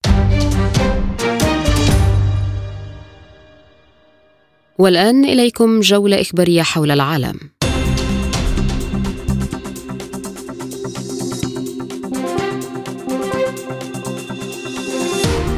والآن إليكم جولة إخبارية حول العالم.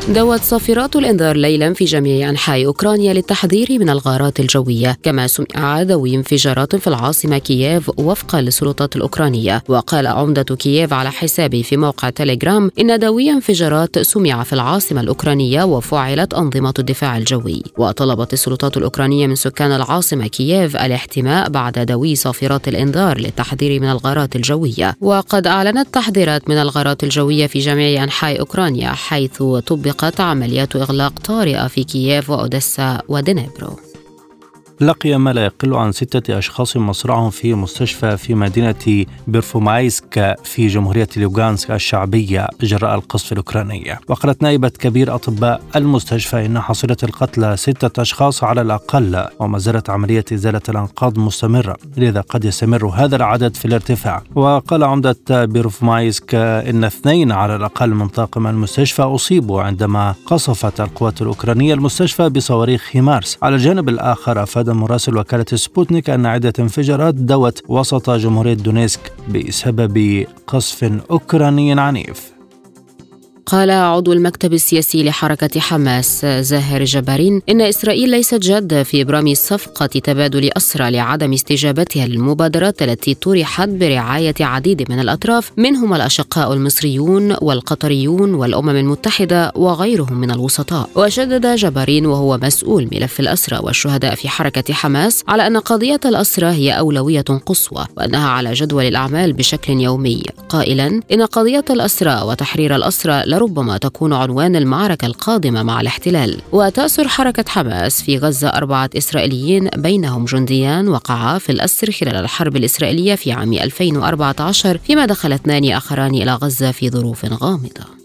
دوت صافرات الإنذار ليلا في جميع أنحاء أوكرانيا للتحذير من الغارات الجوية، كما سمع دوي انفجارات في العاصمة كييف وفقا للسلطات الأوكرانية. وقال عمدة كييف على حسابه في موقع تيليجرام إن دوي انفجارات سمع في العاصمة الأوكرانية وفعلت أنظمة الدفاع الجوي. وطلبت السلطات الأوكرانية من سكان العاصمة كييف الاحتماء بعد دوي صافرات الإنذار للتحذير من الغارات الجوية. وقد أعلنت تحذيرات من الغارات الجوية في جميع أنحاء أوكرانيا، حيث طبقت عمليات إغلاق طارئة في كييف وأوديسا ودنيبرو. لقي ما لا يقل عن ستة أشخاص مصرعهم في مستشفى في مدينة بيرفومايسك في جمهورية لوغانسك الشعبية جراء القصف الأوكراني. وقالت نائبة كبير أطباء المستشفى إن حصيلة القتلى ستة أشخاص على الأقل، وما زالت عملية إزالة الأنقاض مستمرة، لذا قد يستمر هذا العدد في الارتفاع. وقال عمدة بيرفومايسك إن اثنين على الأقل من طاقم المستشفى أصيبوا عندما قصفت القوات الأوكرانية المستشفى بصواريخ هيمارس. على الجانب الآخر أفاد مراسل وكالة سبوتنيك أن عدة انفجارات دوت وسط جمهورية دونيسك بسبب قصف أوكراني عنيف. قال عضو المكتب السياسي لحركة حماس زاهر جبارين إن إسرائيل ليست جادة في إبرام صفقة تبادل أسرى لعدم استجابتها للمبادرات التي طرحت برعاية عديد من الأطراف، منهم الأشقاء المصريون والقطريون والأمم المتحدة وغيرهم من الوسطاء. وشدد جبارين وهو مسؤول ملف الأسرى والشهداء في حركة حماس على أن قضية الأسرى هي أولوية قصوى وأنها على جدول الأعمال بشكل يومي، قائلا إن قضية الأسرى وتحرير الأسرى ربما تكون عنوان المعركة القادمة مع الاحتلال. وتأسر حركة حماس في غزة أربعة إسرائيليين بينهم جنديان وقعا في الأسر خلال الحرب الإسرائيلية في عام ألفين وأربعة عشر، فيما دخل اثنان آخران إلى غزة في ظروف غامضة.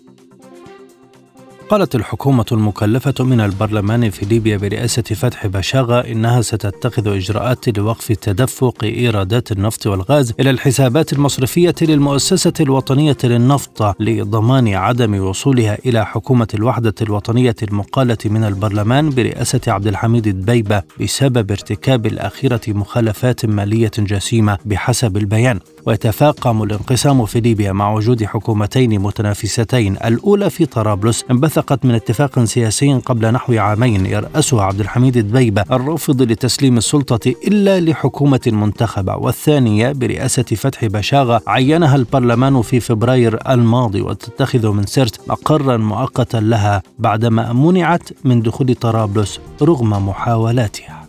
قالت الحكومة المكلفة من البرلمان في ليبيا برئاسة فتحي بشاغة إنها ستتخذ إجراءات لوقف تدفق إيرادات النفط والغاز إلى الحسابات المصرفية للمؤسسة الوطنية للنفط لضمان عدم وصولها إلى حكومة الوحدة الوطنية المقالة من البرلمان برئاسة عبد الحميد دبيبة بسبب ارتكاب الأخيرة مخالفات مالية جسيمة بحسب البيان. ويتفاقم الانقسام في ليبيا مع وجود حكومتين متنافستين، الأولى في طرابلس انبثقت من اتفاق سياسي قبل نحو عامين يرأسها عبد الحميد دبيبة الرافض لتسليم السلطة إلا لحكومة منتخبة، والثانية برئاسة فتحي بشاغة عينها البرلمان في فبراير الماضي وتتخذ من سرت مقرا مؤقتا لها بعدما منعت من دخول طرابلس رغم محاولاتها.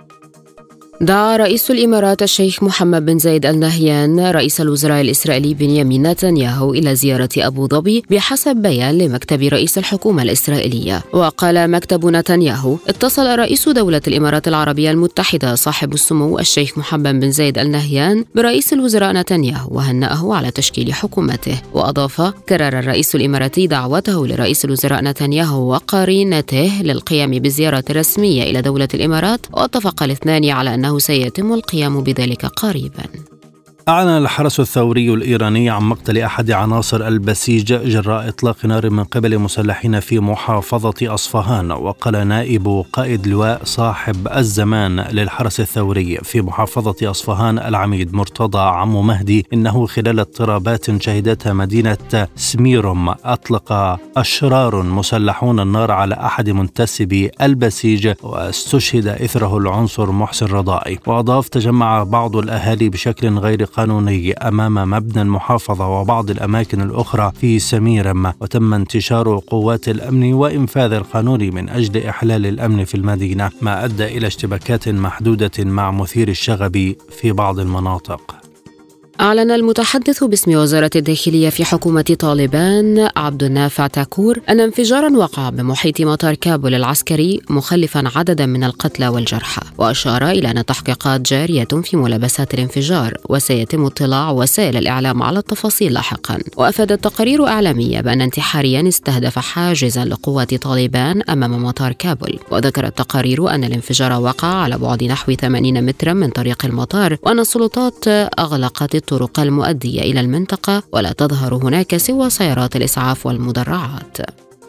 دعا رئيس الإمارات الشيخ محمد بن زايد آل نهيان رئيس الوزراء الإسرائيلي بنيامين نتنياهو إلى زيارة أبو ظبي بحسب بيان لمكتب رئيس الحكومة الإسرائيلية. وقال مكتب نتنياهو: اتصل رئيس دولة الإمارات العربية المتحدة صاحب السمو الشيخ محمد بن زايد آل نهيان برئيس الوزراء نتنياهو وهنأه على تشكيل حكومته. وأضاف: كرر الرئيس الإماراتي دعوته لرئيس الوزراء نتنياهو وقرينته للقيام بزيارة رسمية إلى دولة الإمارات، واتفق الاثنان على أنه سيتم القيام بذلك قريبا. أعلن الحرس الثوري الإيراني عن مقتل أحد عناصر البسيج جراء إطلاق نار من قبل مسلحين في محافظة أصفهان. وقال نائب قائد لواء صاحب الزمان للحرس الثوري في محافظة أصفهان العميد مرتضى عمو مهدي إنه خلال اضطرابات شهدتها مدينة سميروم أطلق أشرار مسلحون النار على أحد منتسبي البسيج واستشهد إثره العنصر محسن رضائي. وأضاف: تجمع بعض الأهالي بشكل غير قانوني أمام مبنى المحافظة وبعض الأماكن الأخرى في سميرم، وتم انتشار قوات الأمن وإنفاذ القانون من أجل إحلال الأمن في المدينة، ما أدى إلى اشتباكات محدودة مع مثير الشغب في بعض المناطق. أعلن المتحدث باسم وزارة الداخلية في حكومة طالبان عبد النافع تاكور أن انفجارا وقع بمحيط مطار كابول العسكري مخلفا عددا من القتلى والجرحى، وأشار إلى أن التحقيقات جارية في ملابسات الانفجار وسيتم اطلاع وسائل الإعلام على التفاصيل لاحقا. وأفادت تقارير إعلامية بأن انتحاريا استهدف حاجزا لقوات طالبان أمام مطار كابول. وذكرت التقارير أن الانفجار وقع على بعد نحو ثمانين مترا من طريق المطار، وأن السلطات أغلقت الطرق المؤدية إلى المنطقة ولا تظهر هناك سوى سيارات الإسعاف والمدرعات.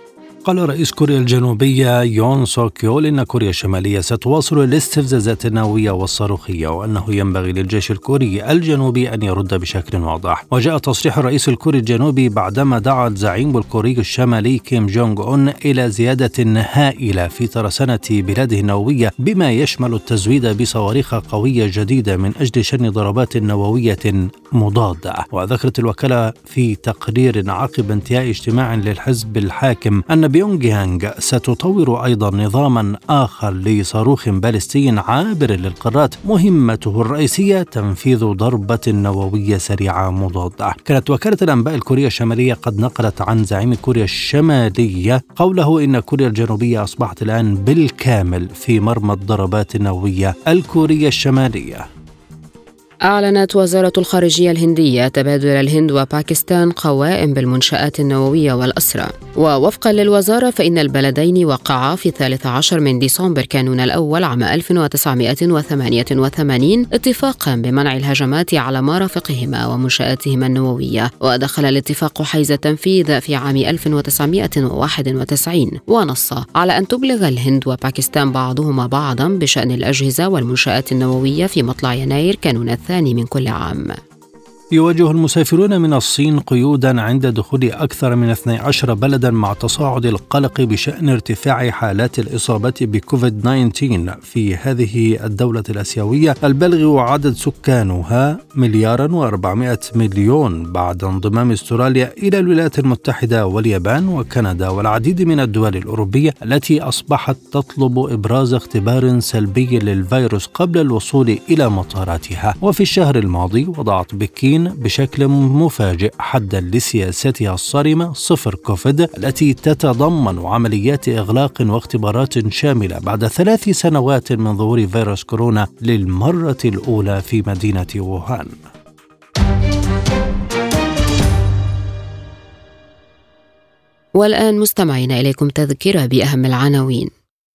قال رئيس كوريا الجنوبية يون سوك يول إن كوريا الشمالية ستواصل الاستفزازات النووية والصاروخية، وأنه ينبغي للجيش الكوري الجنوبي أن يرد بشكل واضح. وجاء تصريح الرئيس الكوري الجنوبي بعدما دعا الزعيم الكوري الشمالي كيم جونغ أون إلى زيادة هائلة في ترسانة بلاده النووية، بما يشمل التزويد بصواريخ قوية جديدة من أجل شن ضربات نووية مضادة. وذكرت الوكالة في تقرير عقب انتهاء اجتماع للحزب الحاكم أن بيونغ يانغ ستطور أيضا نظاما آخر لصاروخ باليستي عابر للقارات مهمته الرئيسية تنفيذ ضربة نووية سريعة مضادة. كانت وكالة الأنباء الكورية الشمالية قد نقلت عن زعيم كوريا الشمالية قوله إن كوريا الجنوبية أصبحت الآن بالكامل في مرمى الضربات النووية الكورية الشمالية. أعلنت وزارة الخارجية الهندية تبادل الهند وباكستان قوائم بالمنشآت النووية والأسرى. ووفقا للوزارة فإن البلدين وقعا في الثالث عشر من ديسمبر كانون الأول عام ألف وتسعمائة وثمانية وثمانين اتفاقا بمنع الهجمات على مرافقهما ومنشآتهما النووية. ودخل الاتفاق حيز التنفيذ في عام ألف وتسعمائة وواحد وتسعين، ونص على أن تبلغ الهند وباكستان بعضهما بعضا بشأن الأجهزة والمنشآت النووية في مطلع يناير كانون الثاني من كل عام. يواجه المسافرون من الصين قيودا عند دخول أكثر من اثني عشر بلدا مع تصاعد القلق بشأن ارتفاع حالات الإصابة بكوفيد تسعة عشر في هذه الدولة الآسيوية البلغ عدد سكانها مليارا وأربعمائة مليون بعد انضمام استراليا إلى الولايات المتحدة واليابان وكندا والعديد من الدول الأوروبية التي أصبحت تطلب إبراز اختبار سلبي للفيروس قبل الوصول إلى مطاراتها. وفي الشهر الماضي وضعت بكين بشكل مفاجئ حدا لسياستها الصارمة صفر كوفيد التي تتضمن عمليات إغلاق واختبارات شاملة بعد ثلاث سنوات من ظهور فيروس كورونا للمرة الأولى في مدينة ووهان. والآن مستمعين إليكم تذكرة بأهم العناوين.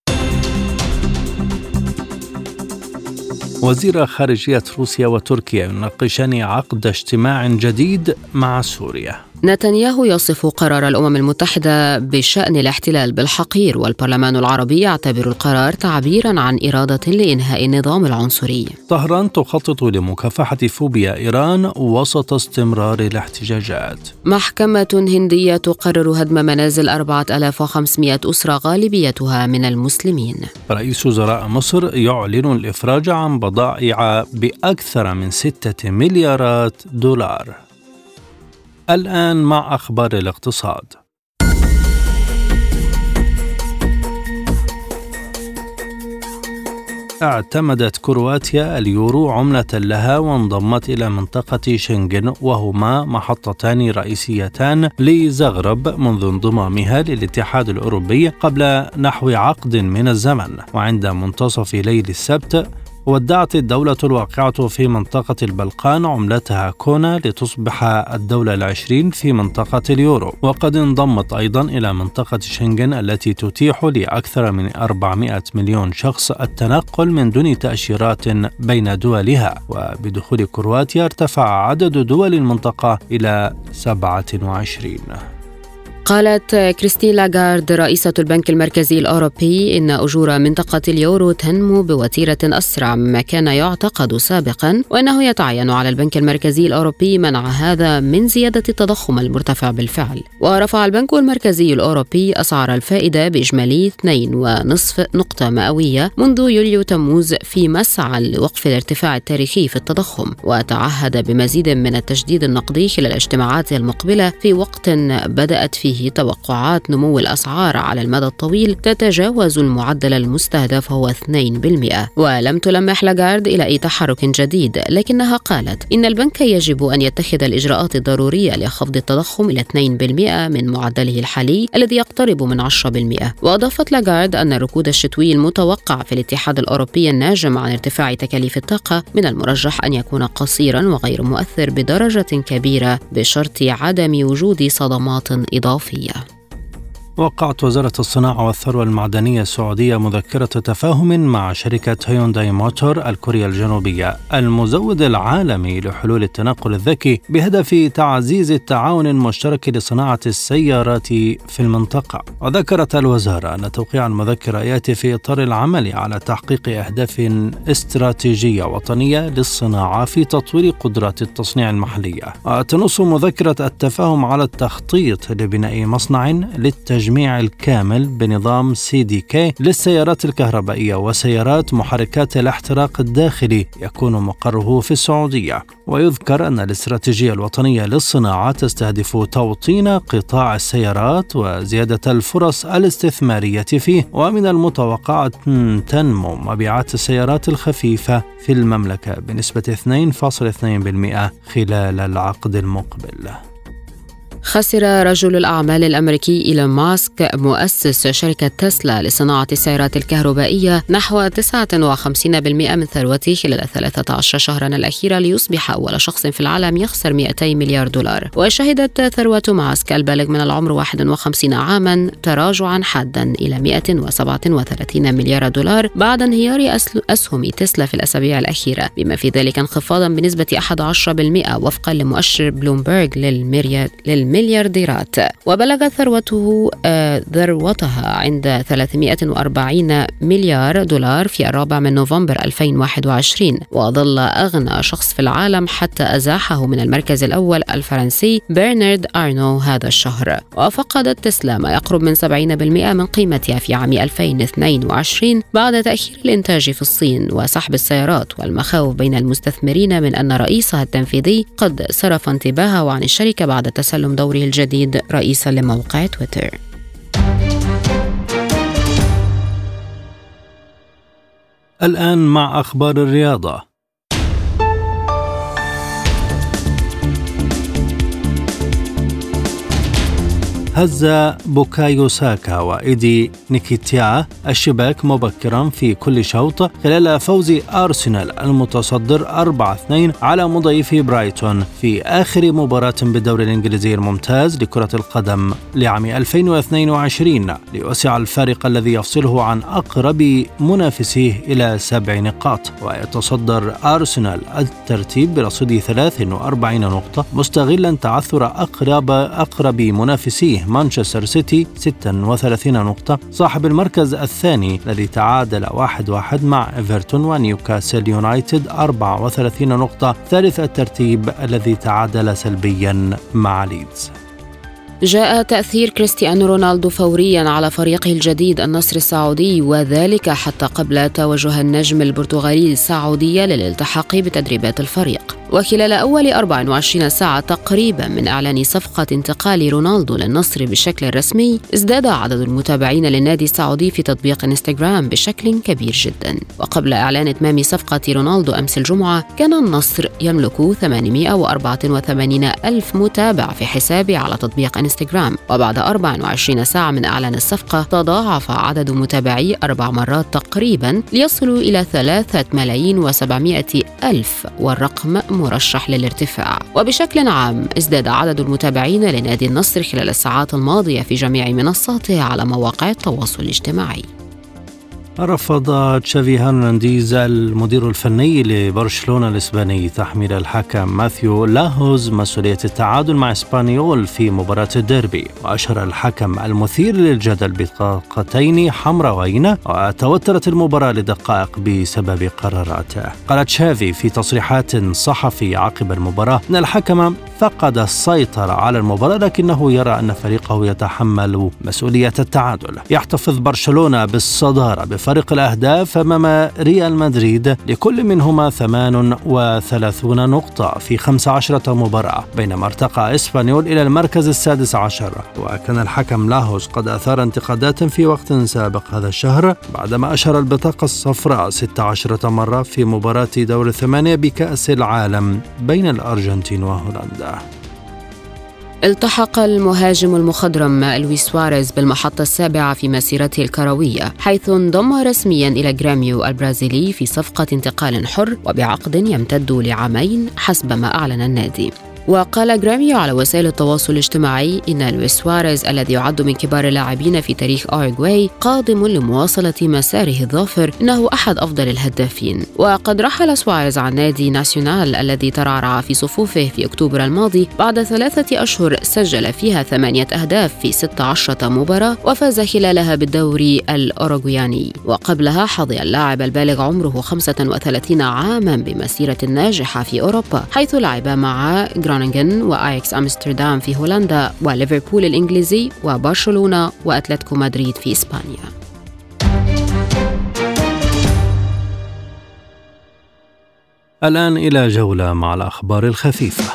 وزير خارجية روسيا وتركيا يناقشان عقد اجتماع جديد مع سوريا. نتنياهو يصف قرار الأمم المتحدة بشأن الاحتلال بالحقير، والبرلمان العربي يعتبر القرار تعبيرا عن إرادة لإنهاء النظام العنصري. طهران تخطط لمكافحة فوبيا إيران وسط استمرار الاحتجاجات. محكمة هندية تقرر هدم منازل أربعة آلاف وخمسمائة أسرة غالبيتها من المسلمين. رئيس وزراء مصر يعلن الإفراج عن بضائع بأكثر من ستة مليارات دولار. الآن مع أخبار الاقتصاد. اعتمدت كرواتيا اليورو عملة لها وانضمت إلى منطقة شنغن، وهما محطتان رئيسيتان لزغرب منذ انضمامها للاتحاد الأوروبي قبل نحو عقد من الزمن. وعند منتصف ليل السبت ودعت الدولة الواقعة في منطقة البلقان عملتها كونا لتصبح الدولة العشرين في منطقة اليورو. وقد انضمت أيضا إلى منطقة شنغن التي تتيح لأكثر من أربعمائة مليون شخص التنقل من دون تأشيرات بين دولها. وبدخول كرواتيا ارتفع عدد دول المنطقة إلى سبعة وعشرين. قالت كريستين لاغارد رئيسة البنك المركزي الأوروبي إن أجور منطقة اليورو تنمو بوتيرة أسرع مما كان يعتقد سابقا، وأنه يتعين على البنك المركزي الأوروبي منع هذا من زيادة التضخم المرتفع بالفعل. ورفع البنك المركزي الأوروبي أسعار الفائدة بإجمالي اثنين ونصف نقطة مئوية منذ يوليو تموز في مسعى لوقف الارتفاع التاريخي في التضخم، وتعهد بمزيد من التجديد النقدي خلال اجتماعاته المقبلة في وقت بدأت فيه توقعات نمو الأسعار على المدى الطويل تتجاوز المعدل المستهدف هو اثنين بالمئة. ولم تلمح لاغارد إلى أي تحرك جديد، لكنها قالت إن البنك يجب أن يتخذ الإجراءات الضرورية لخفض التضخم إلى اثنين بالمئة من معدله الحالي الذي يقترب من عشرة بالمئة. وأضافت لاغارد أن الركود الشتوي المتوقع في الاتحاد الأوروبي الناجم عن ارتفاع تكاليف الطاقة من المرجح أن يكون قصيرا وغير مؤثر بدرجة كبيرة بشرط عدم وجود صدمات إضافية. وقعت وزارة الصناعة والثروة المعدنية السعودية مذكرة تفاهم مع شركة هيونداي موتور الكورية الجنوبية المزود العالمي لحلول التنقل الذكي بهدف تعزيز التعاون المشترك لصناعة السيارات في المنطقة. وذكرت الوزارة أن توقيع المذكرة يأتي في إطار العمل على تحقيق أهداف استراتيجية وطنية للصناعة في تطوير قدرات التصنيع المحلية. وتنص مذكرة التفاهم على التخطيط لبناء مصنع للتجميع التجميع الكامل بنظام سي دي كي للسيارات الكهربائية وسيارات محركات الاحتراق الداخلي يكون مقره في السعودية. ويذكر أن الاستراتيجية الوطنية للصناعة تستهدف توطين قطاع السيارات وزيادة الفرص الاستثمارية فيه، ومن المتوقع أن تنمو مبيعات السيارات الخفيفة في المملكة بنسبة اثنين فاصلة اثنين بالمئة خلال العقد المقبل. خسر رجل الأعمال الأمريكي إيلون ماسك مؤسس شركة تسلا لصناعة السيارات الكهربائية نحو تسعة وخمسين بالمئة من ثروته خلال ثلاثة عشر شهرا الأخيرة ليصبح أول شخص في العالم يخسر مئتي مليار دولار. وشهدت ثروة ماسك البالغ من العمر واحد وخمسين عاما تراجعا حادا إلى مئة وسبعة وثلاثين مليار دولار بعد انهيار أسهم تسلا في الأسابيع الأخيرة، بما في ذلك انخفاضا بنسبة أحد عشر بالمئة وفقا لمؤشر بلومبرج للمليار مليارديرات. وبلغت ثروته ذروتها عند ثلاثمئة وأربعين مليار دولار في الرابع من نوفمبر ألفين وواحد وعشرين، وظل أغنى شخص في العالم حتى أزاحه من المركز الأول الفرنسي برنارد أرنو هذا الشهر. وفقدت تسلا ما يقرب من سبعين بالمئة من قيمتها في عام ألفين واثنين وعشرين بعد تأخير الإنتاج في الصين وسحب السيارات والمخاوف بين المستثمرين من أن رئيسها التنفيذي قد صرف انتباهه عن الشركة بعد تسلم دوره الجديد رئيسا لموقع تويتر. الآن مع أخبار الرياضة. هز بوكايو ساكا وإيدي نيكيتيا الشباك مبكرا في كل شوط خلال فوز أرسنال المتصدر أربعة اثنين على مضيف برايتون في آخر مباراة بالدوري الإنجليزي الممتاز لكرة القدم لعام ألفين واثنين وعشرين، ليوسع الفارق الذي يفصله عن أقرب منافسيه إلى سبع نقاط. ويتصدر أرسنال الترتيب برصيد ثلاث وأربعين نقطة مستغلا تعثر أقرب أقرب منافسيه مانشستر سيتي ستة وثلاثين نقطة، صاحب المركز الثاني الذي تعادل واحد واحد مع إيفرتون، ونيوكاسل يونايتد أربعة وثلاثين نقطة، ثالث الترتيب الذي تعادل سلبيا مع ليدز. جاء تأثير كريستيانو رونالدو فوريا على فريقه الجديد النصر السعودي، وذلك حتى قبل توجه النجم البرتغالي السعودية للالتحاق بتدريبات الفريق. وخلال أول أربع وعشرين ساعة تقريبا من إعلان صفقة انتقال رونالدو للنصر بشكل رسمي، ازداد عدد المتابعين للنادي السعودي في تطبيق انستغرام بشكل كبير جدا. وقبل إعلان إتمام صفقة رونالدو أمس الجمعة كان النصر يملك ثمانمئة وأربعة وثمانين ألف متابع في حسابه على تطبيق انستغرام. وبعد أربع وعشرين ساعة من إعلان الصفقة تضاعف عدد متابعي أربع مرات تقريبا ليصلوا إلى ثلاثة ملايين وسبعمائة ألف، والرقم مرشح للارتفاع. وبشكل عام ازداد عدد المتابعين لنادي النصر خلال الساعات الماضية في جميع منصاته على مواقع التواصل الاجتماعي. رفض تشافي هرنانديز المدير الفني لبرشلونة الإسباني تحميل الحكم ماثيو لاهوز مسؤولية التعادل مع إسبانيول في مباراة الديربي. وأشهر الحكم المثير للجدل بطاقتين حمراوين، وتوترت المباراة لدقائق بسبب قراراته. قال تشافي في تصريحات صحفية عقب المباراة أن الحكم فقد السيطرة على المباراة، لكنه يرى أن فريقه يتحمل مسؤولية التعادل. يحتفظ برشلونة بالصدارة بفرق الأهداف أمام ريال مدريد، لكل منهما ثمان وثلاثين نقطة في خمس عشرة مباراة، بينما ارتقى إسبانيول إلى المركز السادس عشر. وكان الحكم لاهوس قد أثار انتقادات في وقت سابق هذا الشهر بعدما أشهر البطاقة الصفراء ستة عشرة مرة في مباراة دور الثمانية بكأس العالم بين الأرجنتين وهولندا. التحق المهاجم المخضرم لويس سواريز بالمحطة السابعة في مسيرته الكروية، حيث انضم رسميا إلى جراميو البرازيلي في صفقة انتقال حر وبعقد يمتد لعامين حسب ما أعلن النادي. وقال جرامي على وسائل التواصل الاجتماعي إن لويس سواريز الذي يعد من كبار اللاعبين في تاريخ أوروغواي قادم لمواصلة مساره الظافر، إنه أحد أفضل الهدافين. وقد رحل سواريز عن نادي ناسيونال الذي ترعرع في صفوفه في أكتوبر الماضي بعد ثلاثة أشهر سجل فيها ثمانية أهداف في ستة عشر مباراة وفاز خلالها بالدوري الأوروغوياني. وقبلها حظي اللاعب البالغ عمره خمسة وثلاثين عاما بمسيرة ناجحة في أوروبا، حيث لعب مع غرونينغن وآياكس أمستردام في هولندا وليفربول الإنجليزي وبرشلونة وأتلتيكو مدريد في إسبانيا. الآن إلى جولة مع الأخبار الخفيفة.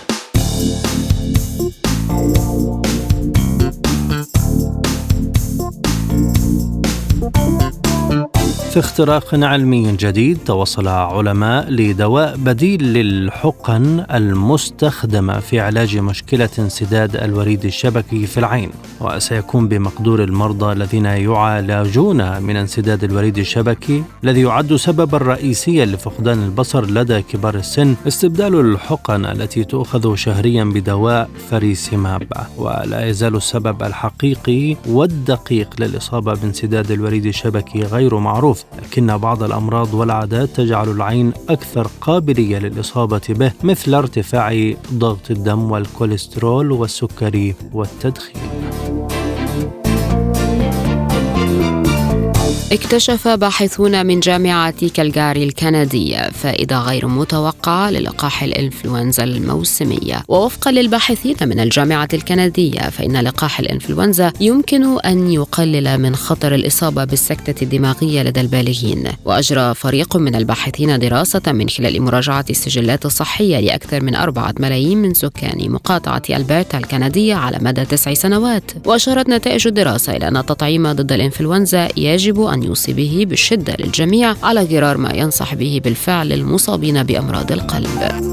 في اختراق علمي جديد توصل علماء لدواء بديل للحقن المستخدمة في علاج مشكلة انسداد الوريد الشبكي في العين، وسيكون بمقدور المرضى الذين يعالجون من انسداد الوريد الشبكي الذي يعد سببا رئيسيا لفقدان البصر لدى كبار السن استبدال الحقن التي تؤخذ شهريا بدواء فريسيماب. ولا يزال السبب الحقيقي والدقيق للإصابة بانسداد الوريد الشبكي غير معروف، لكن بعض الأمراض والعادات تجعل العين أكثر قابلية للإصابة به، مثل ارتفاع ضغط الدم والكوليسترول والسكري والتدخين. اكتشف باحثون من جامعة كالغاري الكندية فائدة غير متوقعة للقاح الإنفلونزا الموسمية. ووفقا للباحثين من الجامعة الكندية فإن لقاح الإنفلونزا يمكن أن يقلل من خطر الإصابة بالسكتة الدماغية لدى البالغين. وأجرى فريق من الباحثين دراسة من خلال مراجعة السجلات الصحية لأكثر من أربعة ملايين من سكان مقاطعة ألبرتا الكندية على مدى تسع سنوات. وأشارت نتائج الدراسة إلى أن التطعيم ضد الإنفلونزا يجب أن يوصي به بالشدة للجميع، على غرار ما ينصح به بالفعل المصابين بأمراض القلب.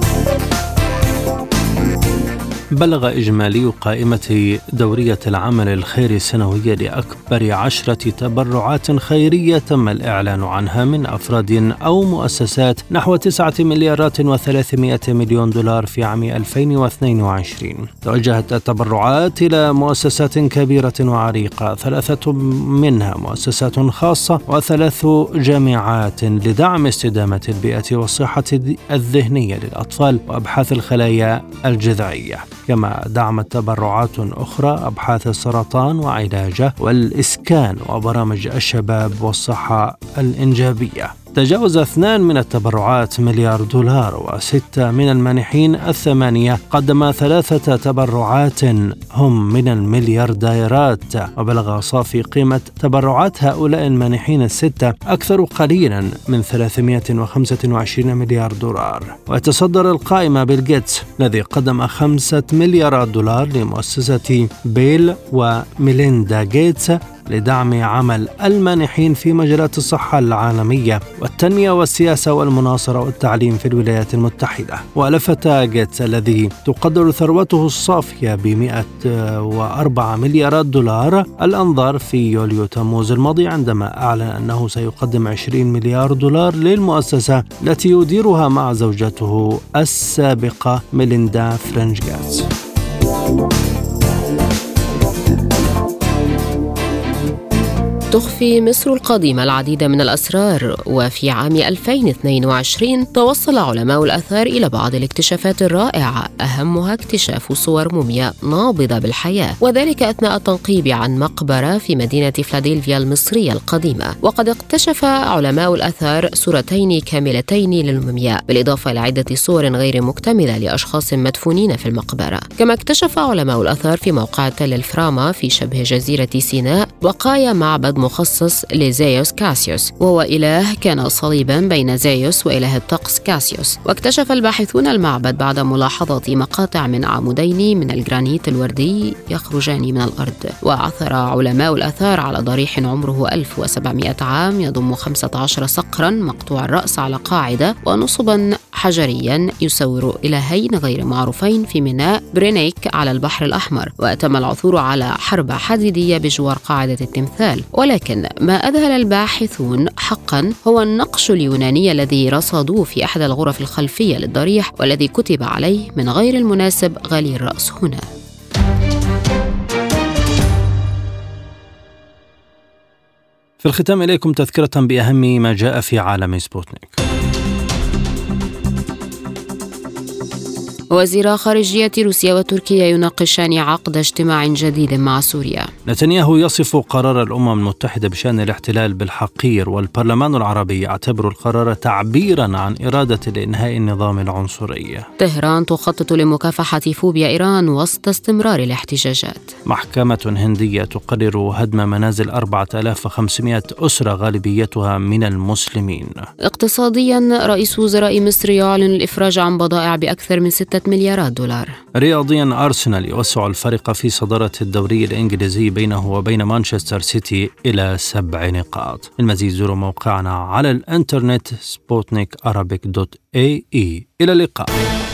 بلغ إجمالي قائمة دورية العمل الخيري السنوية لأكبر عشرة تبرعات خيرية تم الإعلان عنها من أفراد أو مؤسسات نحو تسعة مليارات وثلاثمائة مليون دولار في عام ألفين واثنين وعشرين. توجهت التبرعات إلى مؤسسات كبيرة وعريقة، ثلاثة منها مؤسسات خاصة وثلاث جامعات لدعم استدامة البيئة والصحة الذهنية للأطفال وأبحاث الخلايا الجذعية. كما دعمت تبرعات أخرى أبحاث السرطان وعلاجه والإسكان وبرامج الشباب والصحة الإنجابية. تجاوز اثنان من التبرعات مليار دولار، وستة من المانحين الثمانية قدم ثلاثة تبرعات هم من المليارديرات، وبلغ صافي قيمة تبرعات هؤلاء المانحين الستة أكثر قليلا من ثلاثمائة وخمسة وعشرين مليار دولار. ويتصدر القائمة بيل غيتس الذي قدم خمسة مليارات دولار لمؤسسة بيل وميليندا غيتس لدعم عمل المانحين في مجالات الصحة العالمية والتنمية والسياسة والمناصرة والتعليم في الولايات المتحدة. ولفت غيتس الذي تقدر ثروته الصافية بمئة وأربعة مليارات دولار الأنظار في يوليو تموز الماضي عندما أعلن أنه سيقدم عشرين مليار دولار للمؤسسة التي يديرها مع زوجته السابقة ميليندا فرنش غيتس. تخفي مصر القديمة العديد من الأسرار، وفي عام ألفين واثنين وعشرين توصل علماء الآثار إلى بعض الاكتشافات الرائعة، أهمها اكتشاف صور موميا نابضة بالحياة، وذلك أثناء التنقيب عن مقبرة في مدينة فيلادلفيا المصرية القديمة. وقد اكتشف علماء الآثار صورتين كاملتين للمومياء، بالإضافة إلى عدة صور غير مكتملة لأشخاص مدفونين في المقبرة. كما اكتشف علماء الآثار في موقع تل الفرامة في شبه جزيرة سيناء بقايا معبد مخصص لزيوس كاسيوس، وهو إله كان صليبا بين زيوس وإله الطقس كاسيوس. واكتشف الباحثون المعبد بعد ملاحظة مقاطع من عمودين من الجرانيت الوردي يخرجان من الأرض. وعثر علماء الآثار على ضريح عمره ألف وسبعمائة عام يضم خمسة عشر صقرا مقطوع الرأس على قاعدة ونصبا حجريا يصور إلهين غير معروفين في ميناء برينيك على البحر الأحمر، وتم العثور على حربة حديدية بجوار قاعدة التمثال. ولكن ما أذهل الباحثون حقا هو النقش اليوناني الذي رصدوه في أحد الغرف الخلفية للضريح، والذي كتب عليه من غير المناسب غلي الرأس هنا. في الختام إليكم تذكرة بأهم ما جاء في عالم سبوتنيك. وزيرا خارجية روسيا وتركيا يناقشان عقد اجتماع جديد مع سوريا. نتنياهو يصف قرار الأمم المتحدة بشأن الاحتلال بالحقير، والبرلمان العربي يعتبر القرار تعبيرا عن إرادة لإنهاء النظام العنصري. طهران تخطط لمكافحة فوبيا إيران وسط استمرار الاحتجاجات. محكمة هندية تقرر هدم منازل أربعة آلاف وخمسمائة أسرة غالبيتها من المسلمين. اقتصاديا رئيس وزراء مصر يعلن الإفراج عن بضائع بأكثر من ستة مليارات دولار. رياضيا أرسنال يوسع الفرق في صدارة الدوري الإنجليزي بينه وبين مانشستر سيتي إلى سبع نقاط. المزيد زوروا موقعنا على الإنترنت سبوتنيك أرابيك دوت إيه إي. إلى اللقاء.